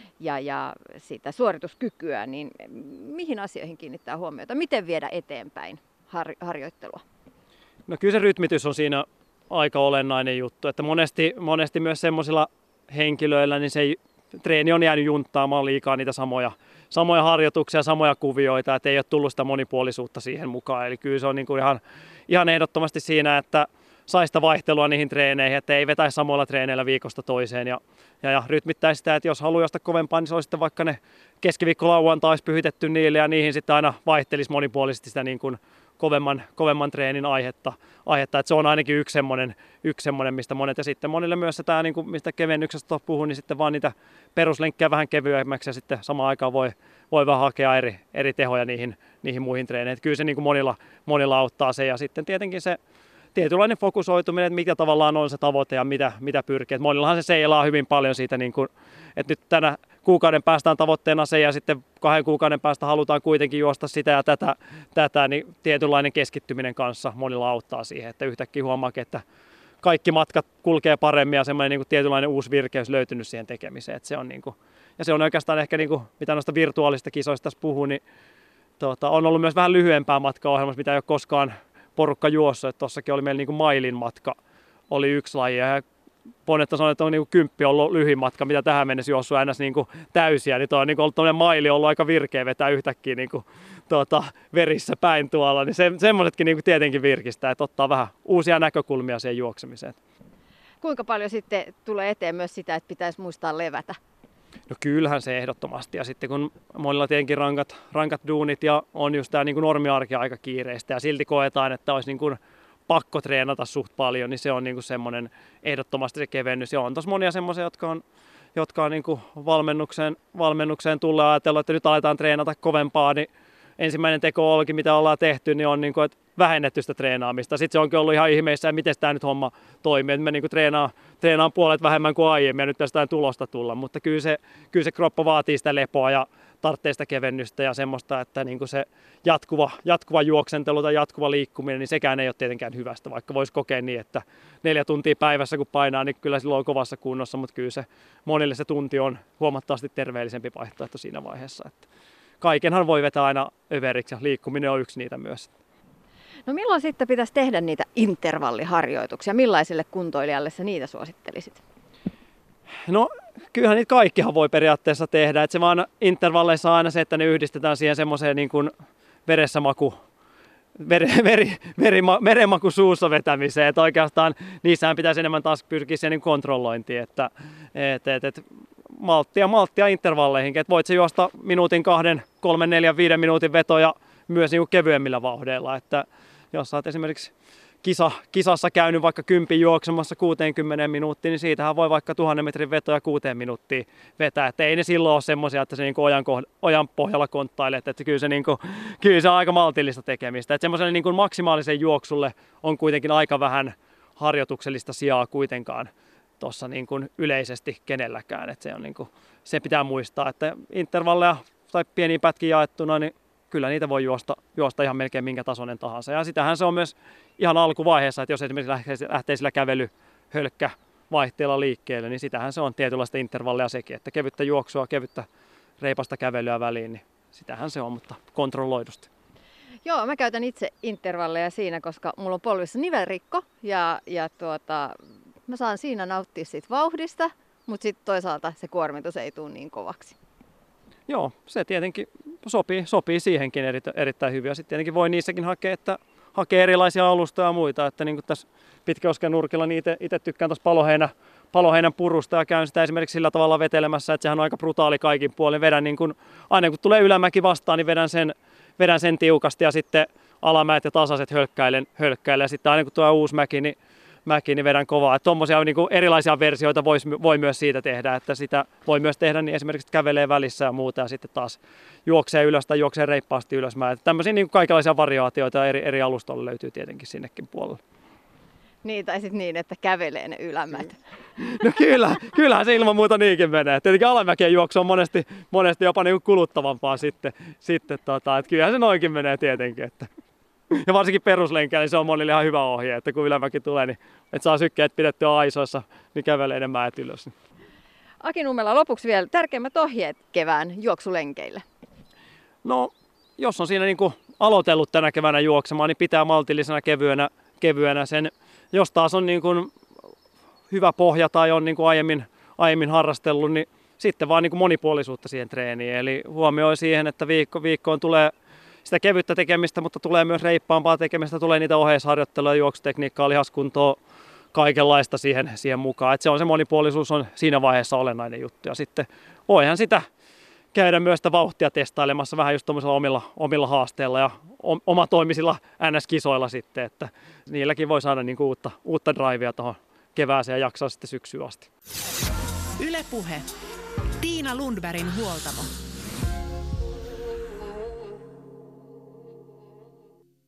ja sitä suorituskykyä, niin mihin asioihin kiinnittää huomiota? Miten viedä eteenpäin harjoittelua? No kyllä se rytmitys on siinä aika olennainen juttu, että monesti myös semmoisilla henkilöillä niin se treeni on jäänyt junttaamaan liikaa niitä samoja harjoituksia, samoja kuvioita, että ei ole tullut sitä monipuolisuutta siihen mukaan. Eli kyllä se on ihan ehdottomasti siinä, että saisi sitä vaihtelua niihin treeneihin, että ei vetäisi samoilla treeneillä viikosta toiseen ja rytmittäisi sitä, että jos haluaa josta kovempaa, niin se olisi sitten vaikka ne keskiviikko-lauantai olisi pyhitetty niille ja niihin sitten aina vaihtelisi monipuolisesti sitä kovemman treenin aihetta, että se on ainakin yksi semmoinen, mistä monet, ja sitten monille myös tämä, mistä kevennyksestä puhun, niin sitten vaan niitä peruslenkkejä vähän kevyemmäksi, ja sitten samaan aikaan voi vähän hakea eri tehoja niihin muihin treeneihin. Kyllä se monilla auttaa se, ja sitten tietenkin se tietynlainen fokusoituminen, että mikä tavallaan on se tavoite ja mitä pyrkii. Monillahan se seilaa hyvin paljon siitä, että nyt tänä kuukauden päästään tavoitteena se ja sitten 2 kuukauden päästä halutaan kuitenkin juosta sitä ja tätä, niin tietynlainen keskittyminen kanssa monilla auttaa siihen, että yhtäkkiä huomaakin, että kaikki matkat kulkee paremmin ja semmoinen tietynlainen uusi virkeys löytynyt siihen tekemiseen. Että se on ja se on oikeastaan ehkä mitä noista virtuaalista kisoista tässä puhun, niin on ollut myös vähän lyhyempää matkaa ohjelmassa, mitä ei ole koskaan porukka juossa. Tuossakin oli meillä mailin matka, oli yksi laji ja Ponetta sanoi, että on 10 ollut lyhin matka, mitä tähän mennessä juossut aina täysiä, niin tuo on ollut tuollainen maili ollut aika virkeä vetää yhtäkkiä verissä päin tuolla, niin semmoisetkin tietenkin virkistää, että ottaa vähän uusia näkökulmia siihen juoksemiseen. Kuinka paljon sitten tulee eteen myös sitä, että pitäisi muistaa levätä? No kyllähän se ehdottomasti, ja sitten kun monilla tietenkin rankat duunit ja on just tämä normiarki aika kiireistä ja silti koetaan, että olisi pakko treenata suht paljon, niin se on semmoinen ehdottomasti se kevennys. Ja on tossa monia semmoisia, jotka on valmennukseen tullut ajatella, että nyt aletaan treenata kovempaa, niin ensimmäinen teko olikin, mitä ollaan tehty, niin on että vähennetty sitä treenaamista. Sitten se onkin ollut ihan ihmeessä, että miten tämä nyt homma toimii. Että me treenaan puolet vähemmän kuin aiemmin ja nyt tästä tulosta tulla, mutta kyllä se kroppa vaatii sitä lepoa ja tarvitsee sitä kevennystä ja semmoista, että niin kuin se jatkuva juoksentelu tai jatkuva liikkuminen, niin sekään ei ole tietenkään hyvästä, vaikka voisi kokea niin, että 4 tuntia päivässä kun painaa, niin kyllä silloin on kovassa kunnossa, mutta kyllä se monille se tunti on huomattavasti terveellisempi vaihtoehto siinä vaiheessa. Että kaikenhan voi vetää aina överiksi ja liikkuminen on yksi niitä myös. No milloin sitten pitäisi tehdä niitä intervalliharjoituksia? Millaiselle kuntoilijalle sä niitä suosittelisit? No kyllähän niitä kaikkihan voi periaatteessa tehdä. Että se vaan intervalleissa on aina se, että ne yhdistetään siihen semmoiseen niin kuin verenmaku suussa vetämiseen. Että oikeastaan niissähän pitäisi enemmän taas pyrkiä siihen niin kontrollointiin. Että malttia intervalleihin. Että voit se juosta minuutin, 2, 3, 4, 5 minuutin vetoja myös niin kuin kevyemmillä vauhdeilla. Että jos olet esimerkiksi kisassa käynyt vaikka 10 juoksemassa 60 minuuttia, niin siitähän voi vaikka 1000 metrin vetoja 6 minuuttia vetää. Että ei ne silloin ole semmoisia, että se niin kuin ojan pohjalla konttailee. Että kyllä se on aika maltillista tekemistä. Että semmoiselle niin kuin maksimaalisen juoksulle on kuitenkin aika vähän harjoituksellista sijaa kuitenkaan tuossa niin kuin yleisesti kenelläkään. Että se on niin kuin, se pitää muistaa, että intervalleja tai pieniä pätkiä jaettuna, niin kyllä niitä voi juosta ihan melkein minkä tasoinen tahansa. Ja sitähän se on myös ihan alkuvaiheessa, että jos esimerkiksi lähtee sillä kävelyhölkkävaihteella liikkeelle, niin sitähän se on tietynlaista intervallia sekin, että kevyttä juoksua, kevyttä reipasta kävelyä väliin, niin sitähän se on, mutta kontrolloidusti. Joo, mä käytän itse intervalleja siinä, koska mulla on polvissa nivelrikko ja mä saan siinä nauttia siitä vauhdista, mutta sitten toisaalta se kuormitus ei tule niin kovaksi. Joo, se tietenkin sopii siihenkin erittäin hyvin. Ja sitten tietenkin voi niissäkin hakea erilaisia alustoja ja muita. Että niin kuin tässä Pitkäkosken nurkilla, niin itse tykkään tuossa paloheinän purusta ja käyn sitä esimerkiksi sillä tavalla vetelemässä, että sehän on aika brutaali kaikin puolin. Vedän niin kuin, aina kun tulee ylämäki vastaan, niin vedän sen tiukasti ja sitten alamäet ja tasaiset hölkkäilen. Ja sitten aina kun tulee uusi mäki, niin vedän kovaa. Että tommosia niin kuin erilaisia versioita voi myös siitä tehdä, että sitä voi myös tehdä niin esimerkiksi kävelee välissä ja muuta ja sitten taas juoksee ylös tai juoksee reippaasti ylös. Tämmöisiä niin kuin kaikenlaisia variaatioita eri alustoilla löytyy tietenkin sinnekin puolelle. Niin, tai sitten niin, että kävelee ne ylämät. No kyllähän se ilman muuta niinkin menee. Tietenkin alamäkien juoksu on monesti jopa niin kuin kuluttavampaa sitten että kyllähän se noinkin menee tietenkin. Että. Ja varsinkin peruslenkeillä niin se on monille ihan hyvä ohje, että kun ylämäki tulee, niin että saa sykkeet pidettyä aisoissa, niin kävelee ne mäet ylös. Aki Nummela, lopuksi vielä tärkeimmät ohjeet kevään juoksulenkeille. No, jos on siinä niin kuin aloitellut tänä keväänä juoksemaan, niin pitää maltillisena kevyenä sen. Jos taas on niin kuin hyvä pohja tai on niin kuin aiemmin harrastellut, niin sitten vaan niin kuin monipuolisuutta siihen treeniin. Eli huomioi siihen, että viikkoon tulee sitä kevyttä tekemistä, mutta tulee myös reippaampaa tekemistä, tulee niitä oheisharjoitteluja, juoksutekniikkaa, lihaskuntoa, kaikenlaista siihen mukaan. Et se monipuolisuus on siinä vaiheessa olennainen juttu. Ja sitten voihan sitä käydä myös sitä vauhtia testailemassa vähän just omilla haasteilla ja omatoimisilla NS-kisoilla sitten, että niilläkin voi saada niinku uutta drivea tuohon kevääseen ja jaksaa sitten syksyyn asti. Yle Puhe. Tiina Lundbergin huoltamo.